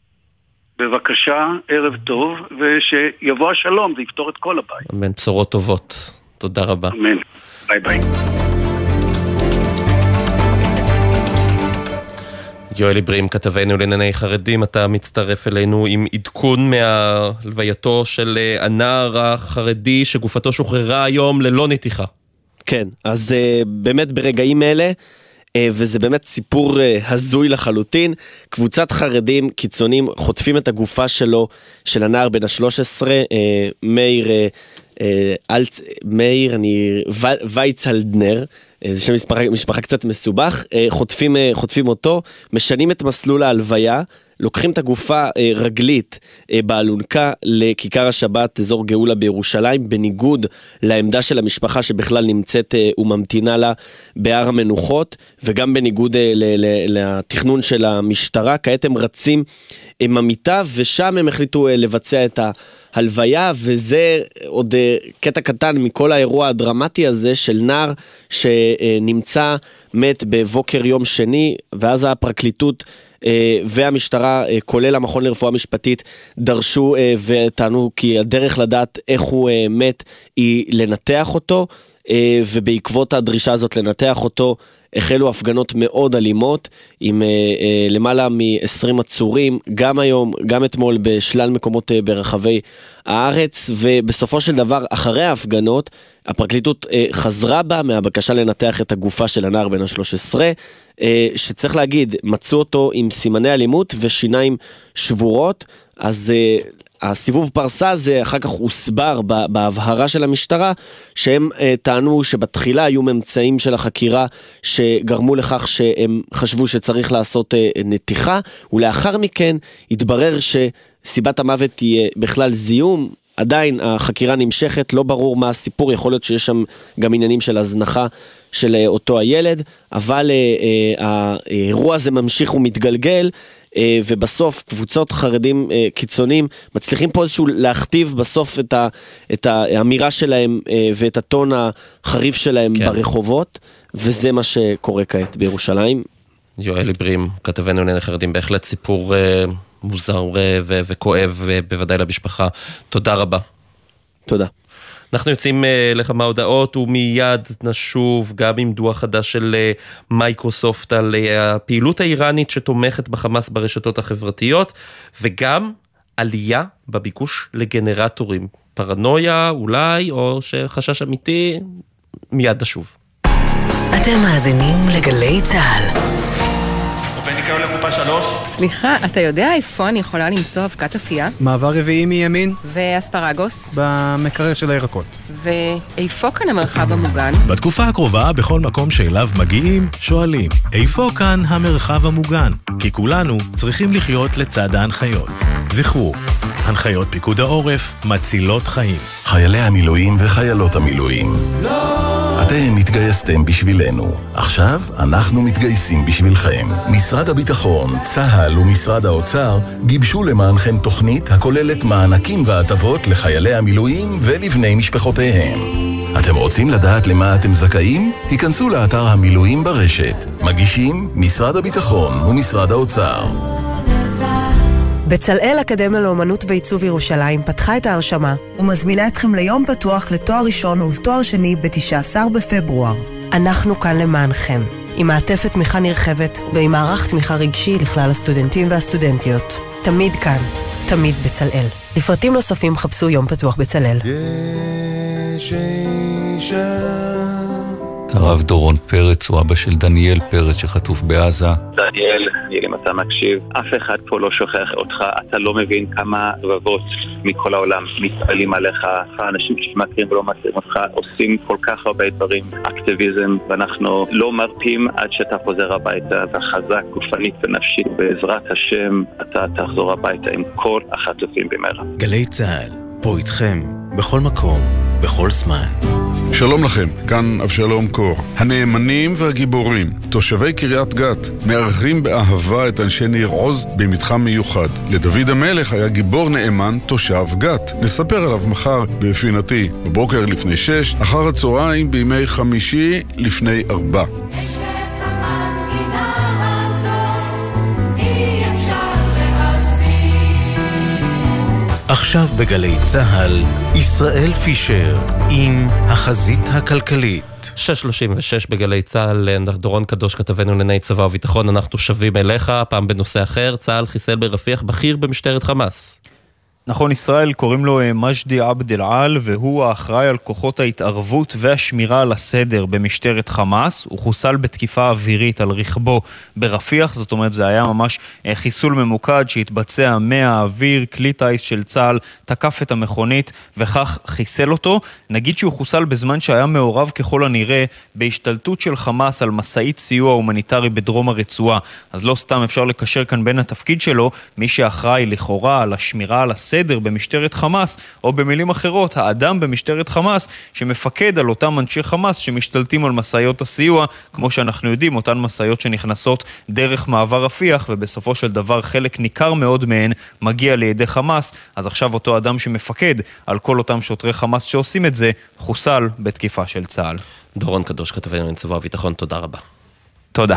בבקשה, ערב טוב, ושיבוא השלום, זה יפתור את כל הבעיה. אמן, בשורות טובות. תודה רבה. אמן. ביי ביי. יואל איברים, כתבנו לענייני חרדים, אתה מצטרף אלינו עם עדכון מהלווייתו של הנער החרדי שגופתו שוחררה היום ללא נתיחה. כן, אז uh, באמת ברגעים אלה, uh, וזה באמת סיפור uh, הזוי לחלוטין, קבוצת חרדים קיצונים חוטפים את הגופה שלו, של הנער בן ה-שלוש עשרה, uh, מאיר, uh, uh, אלץ, מאיר, אני, וייצלדנר, זה שם משפחה, משפחה קצת מסובך, חוטפים, חוטפים אותו, משנים את מסלול ההלוויה, לוקחים את הגופה רגלית באלונקה לכיכר השבת, אזור גאולה בירושלים, בניגוד לעמדה של המשפחה שבכלל נמצאת וממתינה לה בהר המנוחות, וגם בניגוד לתכנון של המשטרה. כעת הם רצים עם המיטה, ושם הם החליטו לבצע את ההלוויה, וזה עוד קטע קטן מכל האירוע הדרמטי הזה של נער שנמצא מת בבוקר יום שני, ואז הפרקליטות והמשטרה, כולל המכון לרפואה משפטית, דרשו וטענו כי הדרך לדעת איך הוא מת היא לנתח אותו, ובעקבות הדרישה הזאת לנתח אותו החלו הפגנות מאוד אלימות עם למעלה מ-עשרים עצורים, גם היום, גם אתמול בשלל מקומות ברחבי הארץ, ובסופו של דבר אחרי ההפגנות הפרקליטות חזרה בה מהבקשה לנתח את הגופה של הנער בן ה-שלוש עשרה, שצריך להגיד, מצאו אותו עם סימני אלימות ושיניים שבורות. אז הסיבוב פרסה הזה אחר כך הוסבר בהבהרה של המשטרה, שהם טענו שבתחילה היו ממצאים של החקירה שגרמו לכך שהם חשבו שצריך לעשות נתיחה, ולאחר מכן התברר שסיבת המוות היא בכלל זיהום. עדיין החקירה נמשכת, לא ברור מה הסיפור, יכול להיות שיש שם גם עניינים של הזנחה של אותו הילד, אבל האירוע הזה ממשיך ומתגלגל, ובסוף קבוצות חרדים קיצוניים מצליחים פה איזשהו להכתיב בסוף את, ה, את האמירה שלהם ואת הטון החריף שלהם כן. ברחובות, וזה מה שקורה כעת בירושלים. יואל איברים, כתבנו לענייני חרדים, בהחלט סיפור מוזר ו- וכואב, בוודאי למשפחה. תודה רבה. תודה. אנחנו יוצאים לכמה הודעות ומיד נשוב גם עם דוח חדש של מייקרוסופט על הפעילות האיראנית שתומכת בחמאס ברשתות החברתיות, וגם עלייה בביקוש לגנרטורים. פרנויה אולי, או שחשש אמיתי, מיד נשוב. אתם מאזינים לגלי צהל. ניסיון לקופה שלוש. סליחה, אתה יודע איפה אני יכולה למצוא אבקת אפייה? מעבר רביעי מימין. ואספרגוס? במקרר של הירקות. ואיפה כאן המרחב המוגן? בתקופה הקרובה, בכל מקום שאליו מגיעים, שואלים, איפה כאן המרחב המוגן? כי כולנו צריכים לחיות לצד ההנחיות. זכרו, הנחיות פיקוד העורף מצילות חיים. חיילי המילואים וחיילות המילואים. אתם התגייסתם בשבילנו. עכשיו אנחנו מתגייסים בשבילכם. משרד הביטחון, צה"ל ומשרד האוצר גיבשו למענכם תוכנית הכוללת מענקים והטבות לחיילי המילואים ולבני משפחותיהם. אתם רוצים לדעת למה אתם זכאים? היכנסו לאתר המילואים ברשת. מגישים משרד הביטחון ומשרד האוצר. בצלאל אקדמיה לאומנות ועיצוב ירושלים פתחה את ההרשמה ומזמינה אתכם ליום פתוח לתואר ראשון ולתואר שני ב-תשעה עשר בפברואר. אנחנו כאן למענכם, עם מעטפת תמיכה נרחבת ועם מערך תמיכה רגשי לכלל הסטודנטים והסטודנטיות. תמיד כאן, תמיד בצלאל. לפרטים נוספים חפשו יום פתוח בצלאל. יש אישה הרב דורון פרץ הוא אבא של דניאל פרץ שחטוף בעזה. דניאל, אם אתה מקשיב, אף אחד פה לא שוכח אותך, אתה לא מבין כמה רבבות מכל העולם מתפעלים עליך, האנשים שמכירים ולא מכירים אותך עושים כל כך הרבה דברים, אקטיביזם, ואנחנו לא מרפים עד שאתה חוזר הביתה, אתה חזק גופנית ונפשית, בעזרת השם אתה תחזור הביתה עם כל החטופים במהרה. גלי צה"ל, פה איתכם, בכל מקום, בכל זמן. שלום לכם, כאן אבשלום קור. הנאמנים והגיבורים, תושבי קריית גת, מארחים באהבה את אנשי ניר עוז במתחם מיוחד. לדוד המלך היה גיבור נאמן תושב גת. נספר עליו מחר בפינתי, בבוקר לפני שש, אחר הצהריים בימי חמישי לפני ארבע. עכשיו בגלי צהל, ישראל פישר עם החזית הכלכלית. שש שלושים ושש בגלי צהל, דורון קדוש כתבנו לענייני צבא וביטחון, אנחנו שבים אליך, פעם בנושא אחר, צהל חיסל ברפיח בכיר במשטרת חמאס. נכון, ישראל, קוראים לו מג'די עבד אל-על, והוא האחראי על כוחות ההתערבות והשמירה על הסדר במשטרת חמאס. הוא חוסל בתקיפה אווירית על רכבו ברפיח, זאת אומרת זה היה ממש חיסול ממוקד שהתבצע מהאוויר, כלי טייס של צה"ל תקף את המכונית וכך חיסל אותו. נגיד שהוא חוסל בזמן שהיה מעורב ככל הנראה בהשתלטות של חמאס על מסעית סיוע הומניטרי בדרום הרצועה. אז לא סתם אפשר לקשר כאן בין התפקיד שלו, מי שאחראי לכאורה על השמירה על הסדר סדר במשטרת חמאס, או במילים אחרות, האדם במשטרת חמאס שמפקד על אותם אנשי חמאס שמשתלטים על מסעיות הסיוע, כמו שאנחנו יודעים, אותן מסעיות שנכנסות דרך מעבר רפיח, ובסופו של דבר חלק ניכר מאוד מהן מגיע לידי חמאס. אז עכשיו אותו אדם שמפקד על כל אותם שוטרי חמאס שעושים את זה, חוסל בתקיפה של צה"ל. דורון קדוש כתבנו לענייני צבא וביטחון, תודה רבה. תודה.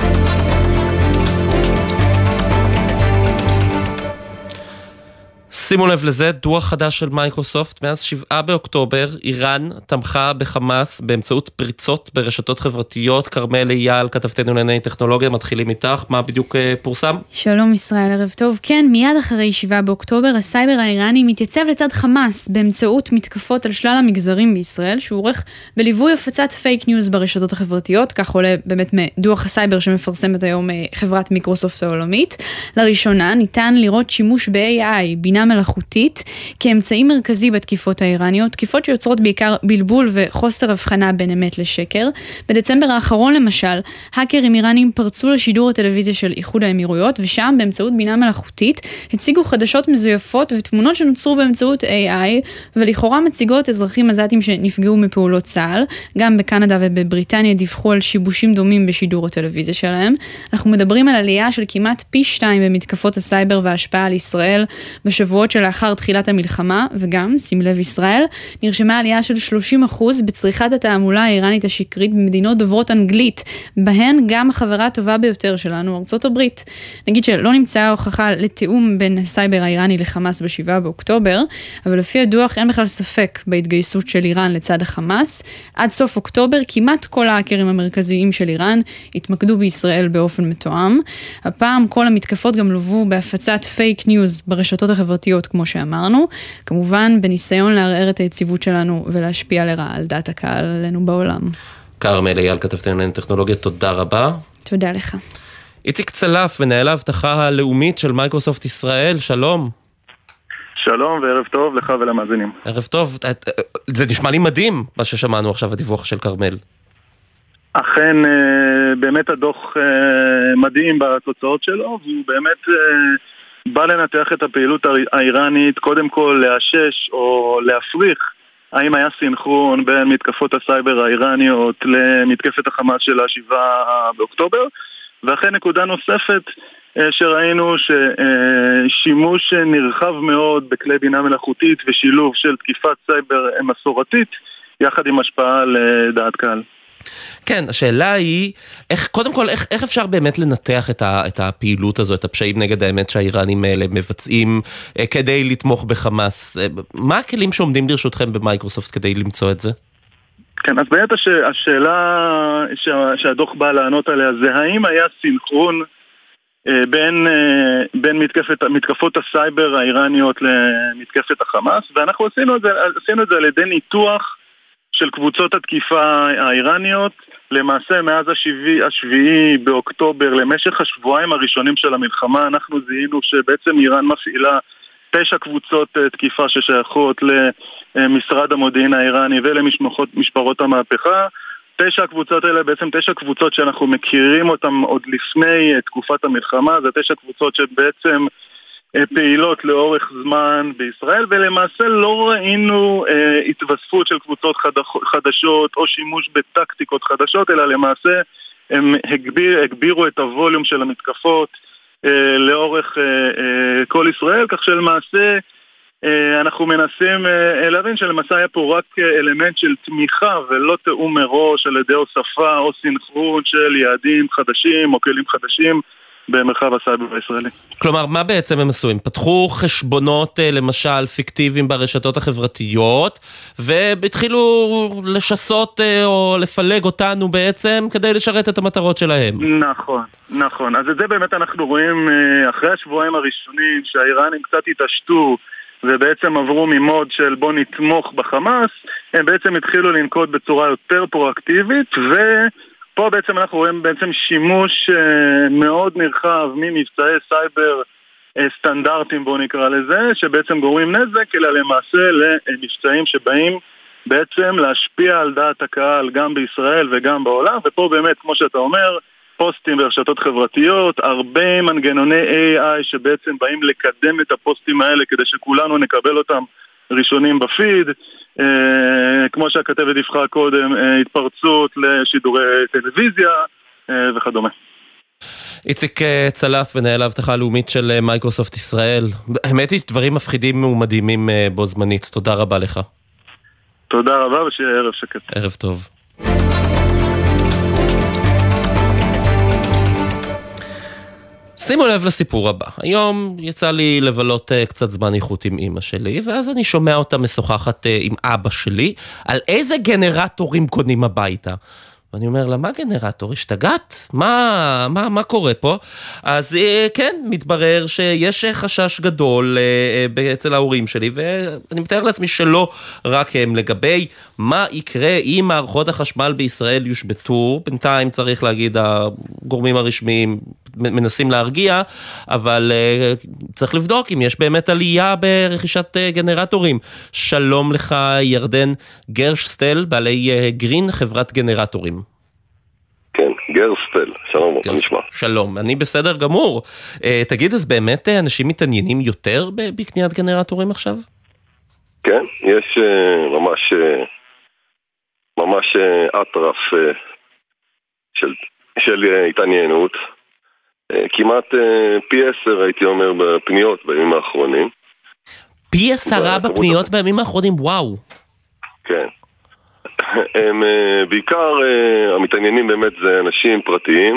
שימו לב לזה, דוח חדש של מייקרוסופט, מאז שבעה באוקטובר, איראן תמכה בחמאס באמצעות פריצות ברשתות חברתיות. כרמל אייל, כתבתנו לענייני טכנולוגיה, מתחילים איתך, מה בדיוק פורסם? שלום ישראל, ערב טוב. כן, מיד אחרי שבעה באוקטובר, הסייבר האיראני מתייצב לצד חמאס באמצעות מתקפות על שלל המגזרים בישראל, שהוא עורך בליווי הפצת פייק ניוז ברשתות החברתיות, כך עולה באמת מדוח הסייבר שמפרסמת היום חברת מיקרוסופט העולמית. לראשונה ניתן לראות שימוש ב-איי איי, בינה מלאכותית, כאמצעי מרכזי בתקיפות האיראניות, תקיפות שיוצרות בעיקר בלבול וחוסר הבחנה בין אמת לשקר. בדצמבר האחרון למשל, האקרים איראנים פרצו לשידור הטלוויזיה של איחוד האמירויות, ושם באמצעות בינה מלאכותית הציגו חדשות מזויפות ותמונות שנוצרו באמצעות איי איי, ולכאורה מציגות אזרחים עזתים שנפגעו מפעולות צה"ל. גם בקנדה ובבריטניה דיווחו על שיבושים דומים בשידור הטלוויזיה שלהם. אנחנו מדברים על עלייה של כמעט פי שתיים במתקפות הסייבר וההשפעה על ישראל בשבוע שבועות שלאחר תחילת המלחמה, וגם, שים לב ישראל, נרשמה עלייה של שלושים אחוז בצריכת התעמולה האיראנית השקרית במדינות דוברות אנגלית, בהן גם החברה הטובה ביותר שלנו, ארצות הברית. נגיד שלא נמצאה הוכחה לתיאום בין הסייבר האיראני לחמאס בשבעה באוקטובר, אבל לפי הדוח אין בכלל ספק בהתגייסות של איראן לצד החמאס. עד סוף אוקטובר כמעט כל ההאקרים המרכזיים של איראן התמקדו בישראל באופן מתואם. הפעם כל המתקפות גם לוו בהפצת פייק ניוז ברשתות החברתיות, כמו שאמרנו, כמובן בניסיון לערער את היציבות שלנו ולהשפיע לרעה על דעת הקהל עלינו בעולם. כרמל אייל, כתבתנו לענייני טכנולוגיה, תודה רבה. תודה לך. איציק צלף, מנהל ההבטחה הלאומית של מייקרוסופט ישראל, שלום. שלום וערב טוב לך ולמאזינים. ערב טוב, זה נשמע לי מדהים מה ששמענו עכשיו הדיווח של קרמל. אכן באמת הדוח מדהים בתוצאות שלו, והוא באמת בא לנתח את הפעילות האיראנית, קודם כל לאשש או להפריך האם היה סינכרון בין מתקפות הסייבר האיראניות למתקפת החמאס של השבעה באוקטובר, ואכן נקודה נוספת שראינו ששימוש נרחב מאוד בכלי בינה מלאכותית ושילוב של תקיפת סייבר מסורתית יחד עם השפעה על דעת קהל. כן, השאלה היא, איך, קודם כל, איך, איך אפשר באמת לנתח את, ה, את הפעילות הזו, את הפשעים נגד האמת שהאיראנים האלה מבצעים אה, כדי לתמוך בחמאס? אה, מה הכלים שעומדים לרשותכם במייקרוסופט כדי למצוא את זה? כן, אז באמת הש, השאלה שה, שהדוח בא לענות עליה זה האם היה סינכרון אה, בין, אה, בין מתקפת, מתקפות הסייבר האיראניות למתקפת החמאס, ואנחנו עשינו את זה, עשינו את זה על ידי ניתוח של קבוצות התקיפה האיראניות, למעשה מאז השביעי, השביעי באוקטובר, למשך השבועיים הראשונים של המלחמה, אנחנו זיהינו שבעצם איראן מפעילה תשע קבוצות תקיפה ששייכות למשרד המודיעין האיראני ולמשמרות המהפכה. תשע הקבוצות האלה, בעצם תשע קבוצות שאנחנו מכירים אותן עוד לפני תקופת המלחמה, זה תשע קבוצות שבעצם פעילות לאורך זמן בישראל, ולמעשה לא ראינו אה, התווספות של קבוצות חדשות או שימוש בטקטיקות חדשות, אלא למעשה הם הגביר, הגבירו את הווליום של המתקפות אה, לאורך אה, אה, כל ישראל, כך שלמעשה אה, אנחנו מנסים אה, להבין שלמעשה היה פה רק אלמנט של תמיכה ולא תאום מראש על ידי הוספה או סינכרון של יעדים חדשים או כלים חדשים במרחב הסייבר הישראלי. כלומר, מה בעצם הם עשו? הם פתחו חשבונות, למשל, פיקטיביים ברשתות החברתיות, והתחילו לשסות או לפלג אותנו בעצם כדי לשרת את המטרות שלהם. נכון, נכון. אז את זה באמת אנחנו רואים אחרי השבועיים הראשונים שהאיראנים קצת התעשתו ובעצם עברו ממוד של בוא נתמוך בחמאס, הם בעצם התחילו לנקוט בצורה יותר פרואקטיבית, ו... פה בעצם אנחנו רואים בעצם שימוש מאוד נרחב ממבצעי סייבר סטנדרטיים, בואו נקרא לזה, שבעצם גורמים נזק, אלא למעשה למבצעים שבאים בעצם להשפיע על דעת הקהל גם בישראל וגם בעולם, ופה באמת, כמו שאתה אומר, פוסטים ברשתות חברתיות, הרבה מנגנוני איי איי שבעצם באים לקדם את הפוסטים האלה כדי שכולנו נקבל אותם ראשונים בפיד, אה, כמו שהכתבת דיווחה קודם, אה, התפרצות לשידורי טלוויזיה אה, וכדומה. איציק צלף, מנהל ההבטחה הלאומית של מייקרוסופט ישראל. האמת היא, דברים מפחידים ומדהימים בו זמנית. תודה רבה לך. תודה רבה ושיהיה ערב שקט. ערב טוב. שימו לב לסיפור הבא. היום יצא לי לבלות uh, קצת זמן איכות עם אמא שלי, ואז אני שומע אותה משוחחת uh, עם אבא שלי, על איזה גנרטורים קונים הביתה. ואני אומר לה, מה גנרטור? השתגעת? מה, מה, מה קורה פה? אז כן, מתברר שיש חשש גדול אצל ההורים שלי, ואני מתאר לעצמי שלא רק הם, לגבי מה יקרה אם מערכות החשמל בישראל יושבתו. בינתיים צריך להגיד, הגורמים הרשמיים מנסים להרגיע, אבל צריך לבדוק אם יש באמת עלייה ברכישת גנרטורים. שלום לך ירדן גרשסטל, בעלי גרין, חברת גנרטורים. כן, גרסטל, שלום, מה נשמע? שלום, אני בסדר גמור. תגיד, אז באמת אנשים מתעניינים יותר בקניית גנרטורים עכשיו? כן, יש ממש ממש אטרף של, של התעניינות. כמעט פי עשר הייתי אומר בפניות בימים האחרונים. פי עשרה בפניות בימים האחרונים, וואו. כן. הם בעיקר המתעניינים באמת זה אנשים פרטיים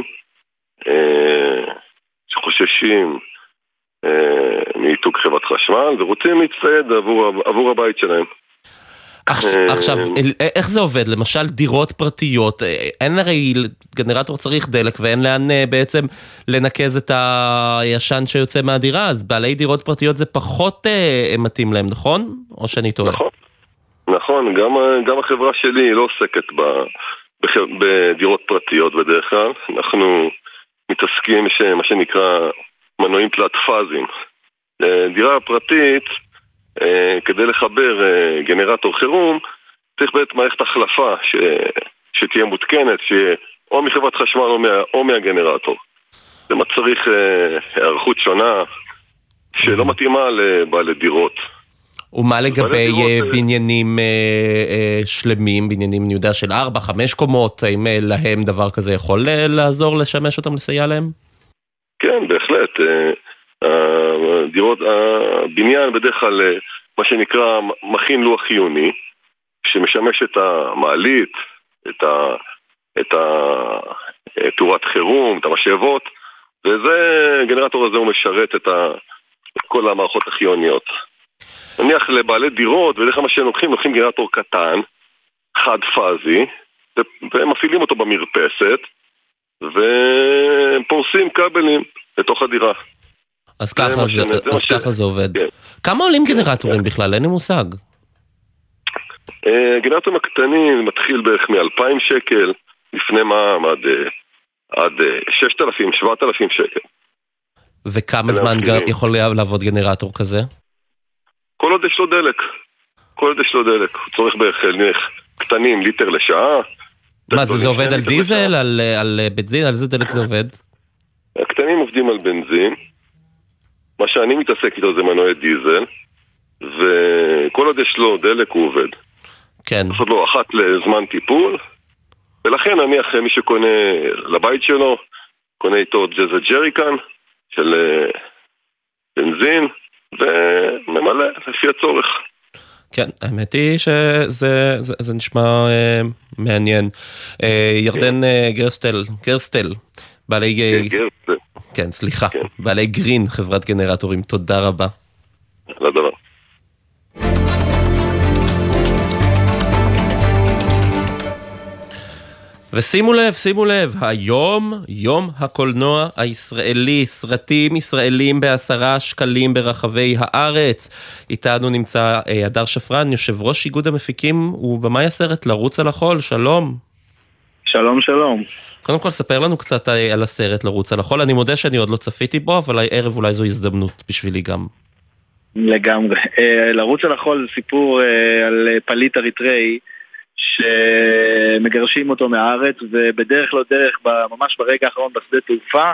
שחוששים מניתוק חברת חשמל ורוצים להצטייד עבור, עבור הבית שלהם. עכשיו, איך זה עובד? למשל דירות פרטיות, אין הרי גנרטור צריך דלק ואין לאן בעצם לנקז את הישן שיוצא מהדירה, אז בעלי דירות פרטיות זה פחות מתאים להם, נכון? או שאני טועה? נכון. נכון, גם, גם החברה שלי לא עוסקת ב, בדירות פרטיות בדרך כלל. אנחנו מתעסקים שמה שנקרא מנועים תלת פאזים. דירה פרטית, כדי לחבר גנרטור חירום, צריך בעת מערכת החלפה ש... שתהיה מותקנת, שיהיה או מחברת חשמל או, מה... או מהגנרטור. זה מצריך הערכות שונה, שלא מתאימה לבעלי דירות. ומה לגבי דירות, בניינים שלמים, בניינים אני יודע של ארבע, חמש קומות, האם להם דבר כזה יכול לעזור, לשמש אותם, לסייע להם? כן, בהחלט. הדירות, הבניין בדרך כלל מה שנקרא מכין לוח חיוני, שמשמש את המעלית, את ה... את תאורת חירום, את המשאבות, וזה, הגנרטור הזה הוא משרת את, ה, את כל המערכות החיוניות. נניח לבעלי דירות, בדרך כלל מה שהם לוקחים, לוקחים גנרטור קטן, חד פאזי, והם מפעילים אותו במרפסת, ופורסים כבלים לתוך הדירה. אז ככה זה, זה, זה, אז ככה ש... זה עובד. כן. כמה עולים גנרטורים כן. בכלל? אין לי מושג. גנרטורים הקטנים מתחיל בערך מ-אלפיים שקל, לפני מע"מ עד, עד ששת אלפים, שבעת אלפים שקל. וכמה זמן יכול לעבוד גנרטור כזה? כל עוד יש לו דלק. כל עוד יש לו דלק. הוא צורך בערך קטנים, ליטר לשעה. מה, זה, זה עובד על דיזל, על, על בנזין? על איזה דלק זה עובד? הקטנים עובדים על בנזין. מה שאני מתעסק איתו זה מנועי דיזל. וכל עוד יש לו דלק הוא עובד. כן. לעשות לו אחת לזמן טיפול. ולכן נניח מי שקונה לבית שלו, קונה איתו ג'זה ג'ריקן של בנזין, וממלא לפי הצורך. כן, האמת היא שזה זה, זה נשמע אה, מעניין. אה, ירדן אה, גרסטל, גרסטל, בעלי... כן, גרסטל. כן, סליחה, כן. בעלי גרין, חברת גנרטורים, תודה רבה. לא דבר. ושימו לב, שימו לב, היום יום הקולנוע הישראלי, סרטים ישראלים בעשרה שקלים ברחבי הארץ. איתנו נמצא הדר שפרן, יושב ראש איגוד המפיקים ובמאי הסרט לרוץ על החול, שלום. שלום, שלום. קודם כל, ספר לנו קצת על הסרט לרוץ על החול, אני מודה שאני עוד לא צפיתי בו, אבל הערב אולי זו הזדמנות בשבילי גם. לגמרי. לרוץ על החול זה סיפור על פליט אריתראי, שמגרשים אותו מהארץ, ובדרך לא דרך, ממש ברגע האחרון בשדה תעופה,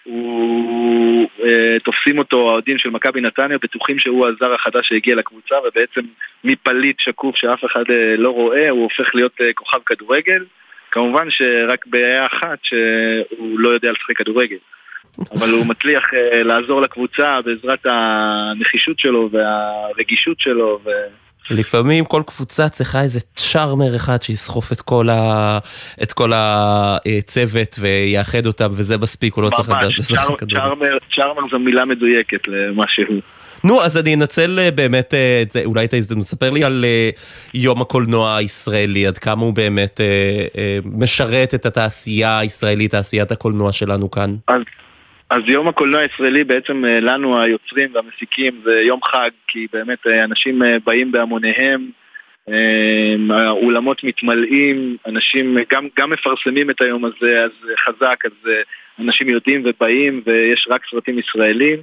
הוא, תופסים אותו האוהדים של מכבי נתניה, בטוחים שהוא הזר החדש שהגיע לקבוצה, ובעצם מפליט שקוף שאף אחד לא רואה, הוא הופך להיות כוכב כדורגל. כמובן שרק בעיה אחת שהוא לא יודע לשחק כדורגל, אבל הוא מצליח לעזור לקבוצה בעזרת הנחישות שלו והרגישות שלו ו... לפעמים כל קבוצה צריכה איזה צ'ארמר אחד שיסחוף את כל, ה... את כל הצוות ויאחד אותם, וזה מספיק, הוא לא צריך לדעת לשחק כדורגל. צ'ארמר, צ'ארמר זו מילה מדויקת למה שהוא. נו, אז אני אנצל באמת, אולי את ההזדמנות, ספר לי על יום הקולנוע הישראלי, עד כמה הוא באמת משרת את התעשייה הישראלית, תעשיית הקולנוע שלנו כאן. אז, אז יום הקולנוע הישראלי בעצם לנו היוצרים והמפיקים זה יום חג, כי באמת אנשים באים בהמוניהם, האולמות מתמלאים, אנשים גם, גם מפרסמים את היום הזה, אז חזק, אז אנשים יודעים ובאים, ויש רק סרטים ישראלים,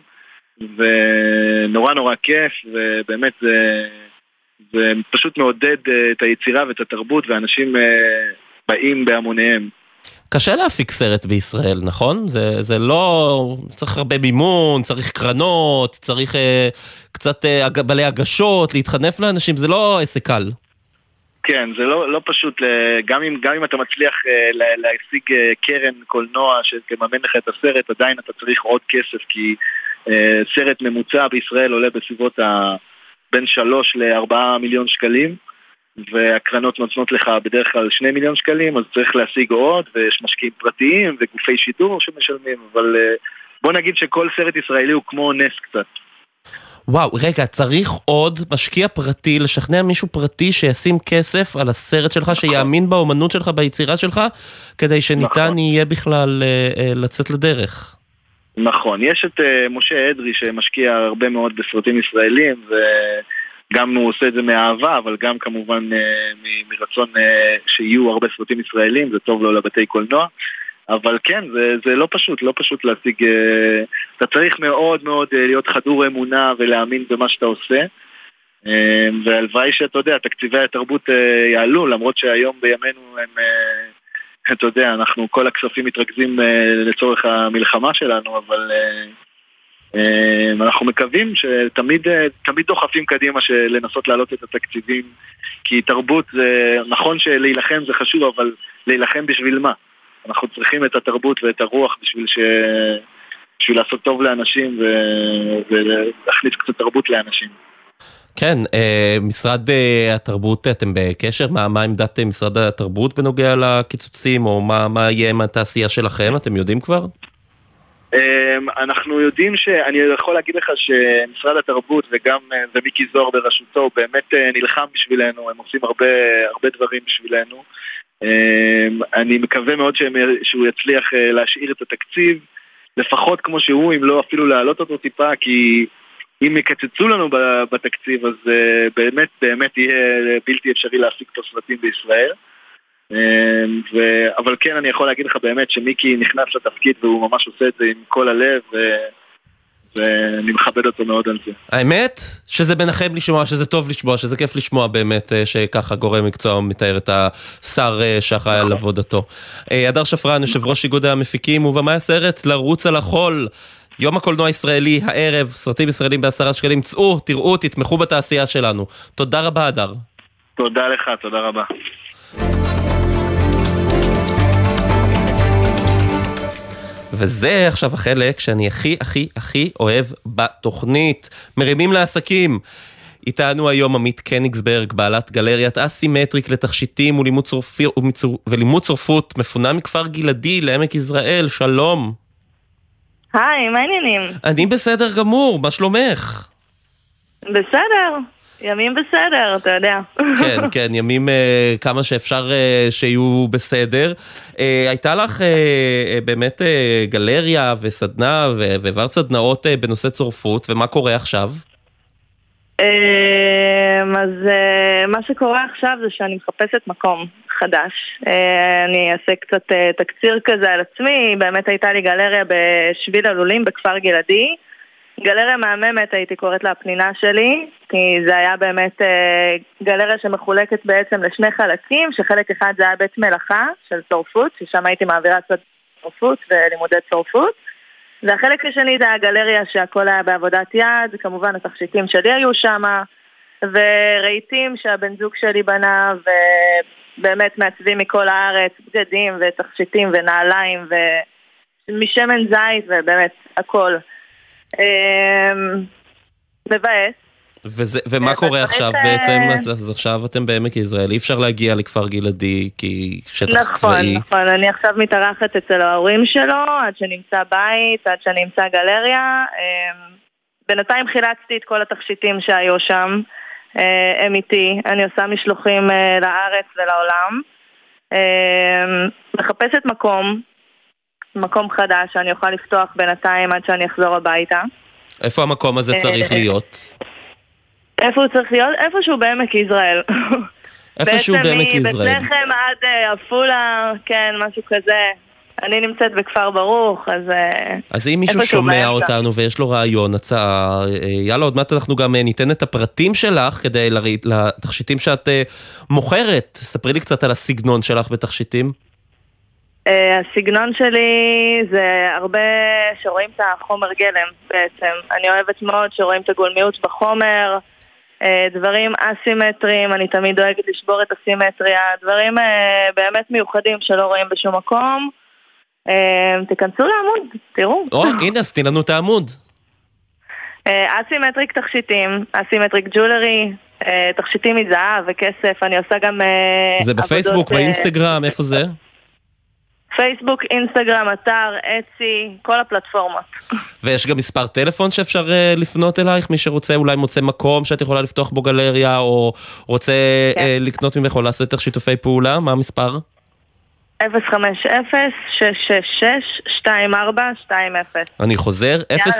ונורא נורא כיף, ובאמת זה, זה פשוט מעודד את היצירה ואת התרבות, ואנשים באים בהמוניהם. קשה להפיק סרט בישראל, נכון? זה, זה לא... צריך הרבה מימון, צריך קרנות, צריך אה, קצת אה, בעלי הגשות, להתחנף לאנשים, זה לא עסק קל. כן, זה לא, לא פשוט, גם אם, גם אם אתה מצליח לה, להשיג קרן קולנוע שתממן לך את הסרט, עדיין אתה צריך עוד כסף, כי אה, סרט ממוצע בישראל עולה בסביבות ה... בין שלוש לארבעה מיליון שקלים, והקרנות נותנות לך בדרך כלל שני מיליון שקלים, אז צריך להשיג עוד, ויש משקיעים פרטיים וגופי שידור שמשלמים, אבל בוא נגיד שכל סרט ישראלי הוא כמו נס קצת. וואו, רגע, צריך עוד משקיע פרטי, לשכנע מישהו פרטי שישים כסף על הסרט שלך, שיאמין באומנות שלך, ביצירה שלך, כדי שניתן יהיה בכלל לצאת לדרך. נכון, יש את משה אדרי שמשקיע הרבה מאוד בסרטים ישראלים, ו... גם הוא עושה את זה מאהבה, אבל גם כמובן מ- מרצון שיהיו הרבה סרטים ישראלים, זה טוב לו לבתי קולנוע. אבל כן, זה, זה לא פשוט, לא פשוט להשיג, אתה צריך מאוד מאוד להיות חדור אמונה ולהאמין במה שאתה עושה, והלוואי שאתה יודע, תקציבי התרבות יעלו, למרות שהיום בימינו הם, אתה יודע, אנחנו כל הכספים מתרכזים לצורך המלחמה שלנו, אבל אנחנו מקווים שתמיד תמיד דוחפים קדימה לנסות להעלות את התקציבים, כי תרבות זה נכון שלהילחם זה חשוב, אבל להילחם בשביל מה? אנחנו צריכים את התרבות ואת הרוח בשביל ש... בשביל לעשות טוב לאנשים ו... ולהכניס קצת תרבות לאנשים. כן, משרד התרבות, אתם בקשר? מה, מה עמדת משרד התרבות בנוגע לקיצוצים, או מה, מה יהיה עם התעשייה שלכם? אתם יודעים כבר? אנחנו יודעים שאני יכול להגיד לך שמשרד התרבות וגם ומיקי זוהר בראשותו באמת נלחם בשבילנו, הם עושים הרבה, הרבה דברים בשבילנו. אני מקווה מאוד שהוא יצליח להשאיר את התקציב לפחות כמו שהוא, אם לא אפילו להעלות אותו טיפה, כי אם יקצצו לנו בתקציב אז באמת באמת יהיה בלתי אפשרי להשיג פה סרטים בישראל. ו... אבל כן, אני יכול להגיד לך באמת שמיקי נכנס לתפקיד והוא ממש עושה את זה עם כל הלב ו... ואני מכבד אותו מאוד על זה. האמת שזה בנחם לשמוע, שזה טוב לשמוע, שזה כיף לשמוע באמת שככה גורם מקצוע מתאר את השר שאחראי על עבודתו. הדר שפרן, יושב ראש איגוד המפיקים ובמאי הסרט לרוץ על החול, יום הקולנוע הישראלי הערב, סרטים ישראלים בעשרה שקלים, צאו, תראו, תתמכו בתעשייה שלנו. תודה רבה הדר. תודה לך, תודה רבה. וזה עכשיו החלק שאני הכי הכי הכי אוהב בתוכנית, מרימים לעסקים. איתנו היום עמית קניגסברג, בעלת גלריית אסימטריק לתכשיטים ולימוד צורפי, ולימוד צורפות, מפונה מכפר גלעדי לעמק יזרעאל, שלום. היי, מה העניינים? אני בסדר גמור, מה שלומך? בסדר, ימים בסדר, אתה יודע. כן, כן, ימים uh, כמה שאפשר uh, שיהיו בסדר. Uh, הייתה לך uh, uh, באמת uh, גלריה וסדנה ועברת סדנאות uh, בנושא צורפות, ומה קורה עכשיו? Uh, אז uh, מה שקורה עכשיו זה שאני מחפשת מקום חדש. Uh, אני אעשה קצת uh, תקציר כזה על עצמי. באמת הייתה לי גלריה בשביל הלולים בכפר גלעדי. גלריה מהממת, הייתי קוראת לה הפנינה שלי, כי זה היה באמת אה, גלריה שמחולקת בעצם לשני חלקים, שחלק אחד זה היה בית מלאכה של צורפות, ששם הייתי מעבירה קצת צורפות ולימודי צורפות, והחלק השני זה הגלריה שהכל היה בעבודת יד, כמובן התכשיטים שלי היו שם, ורהיטים שהבן זוג שלי בנה, ובאמת מעצבים מכל הארץ, בגדים ותכשיטים ונעליים, ומשמן זית ובאמת הכל. מבאס. וזה, ומה קורה עכשיו בעצם? אז, אז עכשיו אתם בעמק יזרעאל, אי אפשר להגיע לכפר גלעדי כי שטח נכון, צבאי. נכון, נכון, אני עכשיו מתארחת אצל ההורים שלו עד שנמצא בית, עד שנמצא גלריה. בינתיים חילצתי את כל התכשיטים שהיו שם, הם איתי, אני עושה משלוחים לארץ ולעולם, מחפשת מקום מקום חדש שאני אוכל לפתוח בינתיים עד שאני אחזור הביתה. איפה המקום הזה צריך להיות? איפה הוא צריך להיות? איפשהו בעמק יזרעאל. איפשהו בעמק יזרעאל. בעצם לכם עד עפולה, כן, משהו כזה. אני נמצאת בכפר ברוך, אז... אז אם מישהו שומע אותנו ויש לו רעיון, הצעה, יאללה, עוד מעט אנחנו גם ניתן את הפרטים שלך כדי לתכשיטים שאת מוכרת. ספרי לי קצת על הסגנון שלך בתכשיטים. הסגנון שלי זה הרבה שרואים את החומר גלם בעצם. אני אוהבת מאוד שרואים את הגולמיות בחומר, דברים אסימטריים, אני תמיד דואגת לשבור את הסימטריה, דברים באמת מיוחדים שלא רואים בשום מקום. תיכנסו לעמוד, תראו. או, הנה, אז תן לנו את העמוד. אסימטריק תכשיטים, אסימטריק ג'ולרי, תכשיטים מזהב וכסף, אני עושה גם... זה בפייסבוק, באינסטגרם, איפה זה? פייסבוק, אינסטגרם, אתר, אצי, כל הפלטפורמות. ויש גם מספר טלפון שאפשר uh, לפנות אלייך, מי שרוצה אולי מוצא מקום שאת יכולה לפתוח בו גלריה, או רוצה כן. uh, לקנות ממך או לעשות יותר שיתופי פעולה, מה המספר? אפס חמש אפס שש שש שש שתיים ארבע שתיים אפס. אני חוזר,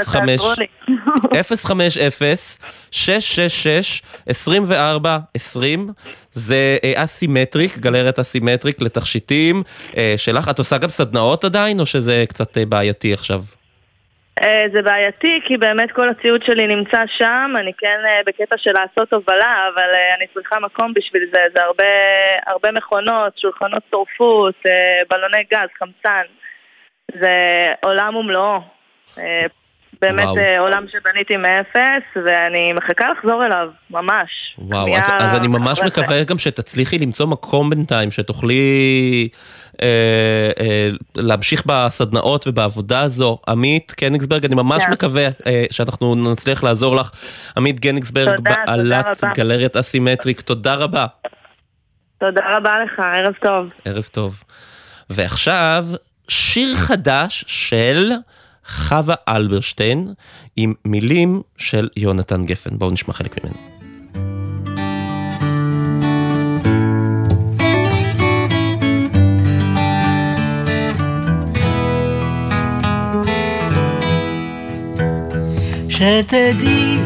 אפס חמש אפס שש שש שש עשרים וארבע עשרים. זה אסימטריק, גלריית אסימטריק לתכשיטים שלך. את עושה גם סדנאות עדיין, או שזה קצת בעייתי עכשיו? זה בעייתי, כי באמת כל הציוד שלי נמצא שם. אני כן בקטע של לעשות הובלה, אבל אני צריכה מקום בשביל זה. זה הרבה, הרבה מכונות, שולחנות צורפות, בלוני גז, חמצן. זה עולם ומלואו. באמת וואו. עולם שבניתי מאפס, ואני מחכה לחזור אליו, ממש. וואו, אז, אז אני ממש מקווה גם שתצליחי למצוא מקום בינתיים, שתוכלי אה, אה, להמשיך בסדנאות ובעבודה הזו. עמית גניגסברג, אני ממש yeah. מקווה אה, שאנחנו נצליח לעזור לך. עמית גניגסברג, תודה, בעלת תודה גלריית אסימטריק, תודה רבה. תודה רבה לך, ערב טוב. ערב טוב. ועכשיו, שיר חדש של חווה אלברשטיין, עם מילים של יונתן גפן. בואו נשמע חלק ממנו. שתדעי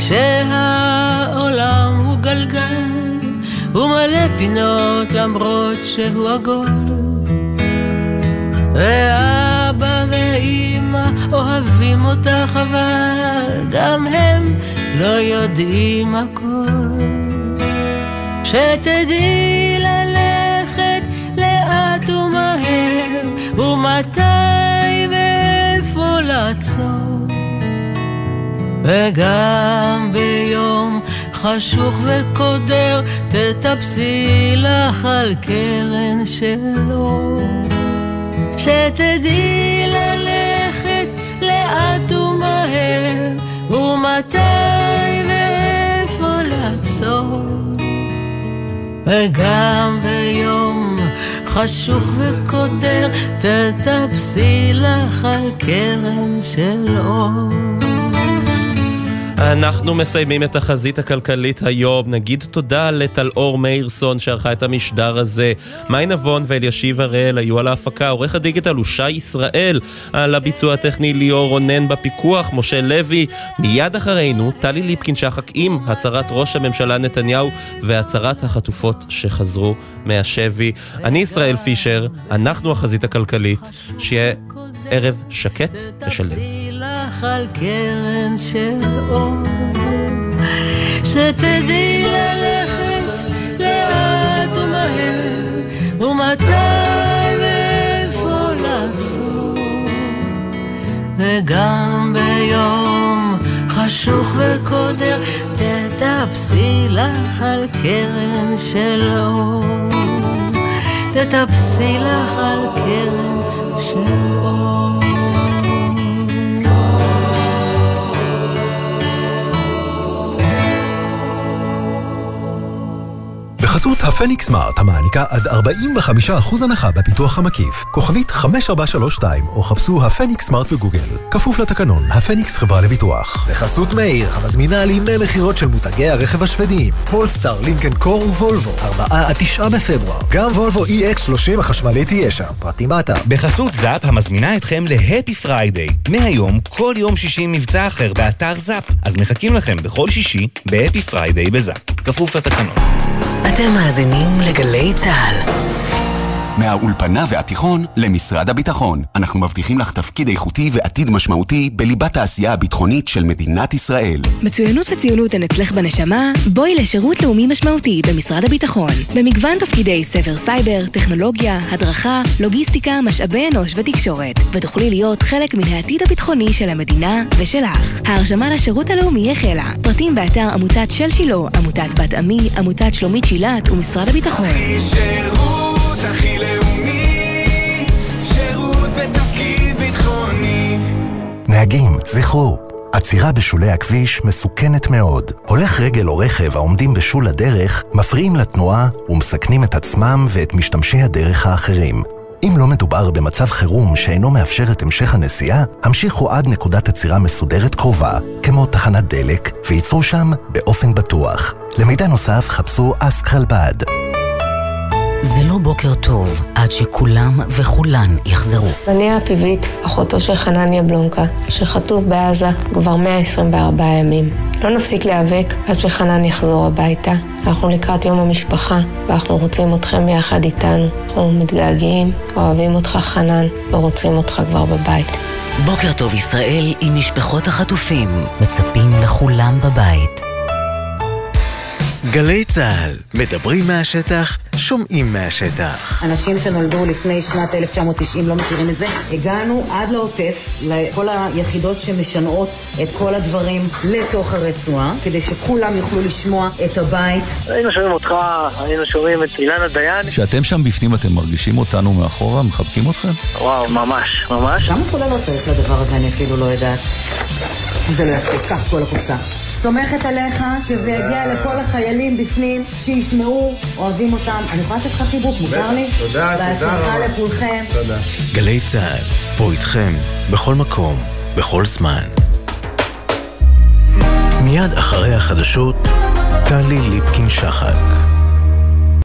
שהעולם הוא גלגל, הוא מלא פינות למרות שהוא עגול, ואבא ואמא אוהבים אותך, אבל גם הם לא יודעים הכל. שתדעי ללכת לאט ומהר, ומתי ואיפה לעצור, וגם ביום חשוך וקודר תטפסי לך על קרן שלו. שתדעי ללכת לאט ומהר, ומתי ואיפה לעצור, וגם ביום חשוך וקודר תטפסי לך על קרן של אור. אנחנו מסיימים את החזית הכלכלית היום. נגיד תודה לטל אור מאירסון שערכה את המשדר הזה. מי נבון ואלישיב הראל היו על ההפקה. עורך הדיגיטל הוא שי ישראל, על הביצוע הטכני ליאור רונן, בפיקוח משה לוי. מיד אחרינו טלי ליפקין שחק עם הצהרת ראש הממשלה נתניהו והצהרת החטופות שחזרו מהשבי. אני ישראל פישר, אנחנו החזית הכלכלית. שיהיה ערב שקט ושלב. על קרן של אור, שתדעי ללכת לאט ומהר, ומתי ואיפה לעצור, וגם ביום חשוך וקודר תטפסי לך על קרן של אור, תטפסי לך על קרן של אור. בחסות הפניקס סמארט המעניקה עד ארבעים וחמישה אחוז הנחה בפיתוח המקיף. כוכבית חמש ארבע שלוש שתיים או חפשו הפניקס סמארט בגוגל. כפוף לתקנון, הפניקס חברה לביטוח. בחסות מאיר, המזמינה על ימי מחירות של מותגי הרכב השוודיים. פולסטאר, לינקן קור ווולבו, ארבעה עד תשעה בפברואר. גם וולבו אי אקס שלושים החשמלית תהיה שם. פרטים באתר. בחסות זאפ המזמינה אתכם להפי פריידיי. מהיום, כל יום שישי מבצע אחר באתר זאפ. אז מחכים לכם בכל שישי בהפי פריידיי בזאפ. כפוף לתקנון. אתם מאזינים לגלי צהל. מהאולפנה והתיכון למשרד הביטחון. אנחנו מבטיחים לך תפקיד איכותי ועתיד משמעותי בליבת העשייה הביטחונית של מדינת ישראל. מצוינות וציונות הן אצלך בנשמה, בואי לשירות לאומי משמעותי במשרד הביטחון. במגוון תפקידי ספר סייבר, טכנולוגיה, הדרכה, לוגיסטיקה, משאבי אנוש ותקשורת. ותוכלי להיות חלק מן העתיד הביטחוני של המדינה ושלך. ההרשמה לשירות הלאומי החלה. פרטים באתר עמותת של שילה, עמותת בת עמי, עמותת שלומית שילת ומשרד הביטחון. הכי לאומי, שירות בתפקיד ביטחוני. נהגים, זכרו, עצירה בשולי הכביש מסוכנת מאוד. הולך רגל או רכב העומדים בשול הדרך מפריעים לתנועה ומסכנים את עצמם ואת משתמשי הדרך האחרים. אם לא מדובר במצב חירום שאינו מאפשר את המשך הנסיעה, המשיכו עד נקודת עצירה מסודרת קרובה, כמו תחנת דלק, וייצרו שם באופן בטוח. למידע נוסף חפשו אסק חלבד. זה לא בוקר טוב עד שכולם וכולן יחזרו. אני הפיבית, אחותו של חנן יבלונקה, שחטוף בעזה כבר מאה עשרים וארבעה ימים. לא נפסיק להיאבק עד שחנן יחזור הביתה. אנחנו לקראת יום המשפחה, ואנחנו רוצים אתכם יחד איתנו. אנחנו מתגעגעים, אוהבים אותך חנן, ורוצים אותך כבר בבית. בוקר טוב ישראל עם משפחות החטופים. מצפים לכולם בבית. גלי צהל, מדברים מהשטח, שומעים מהשטח. אנשים שנולדו לפני שנת אלף תשע מאות תשעים לא מכירים את זה. הגענו עד לעוטף, לכל היחידות שמשנעות את כל הדברים לתוך הרצועה, כדי שכולם יוכלו לשמוע את הבית. היינו שומעים אותך, היינו שומעים את אילנה דיין. כשאתם שם בפנים אתם מרגישים אותנו מאחורה, מחבקים אתכם? וואו, ממש, ממש. כמה סוללות צריך לדבר הזה, אני אפילו לא יודעת. זה לא יספיק, קח כל הקופסה. סומכת עליך שזה יגיע לכל החיילים בפנים, שישמעו, אוהבים אותם. אני יכולה לתת לך חיבוק, מותר לי? תודה, תודה. בהצלחה לכולכם. תודה. גלי צהל, פה איתכם, בכל מקום, בכל זמן. מיד אחרי החדשות, טלי ליפקין שחק.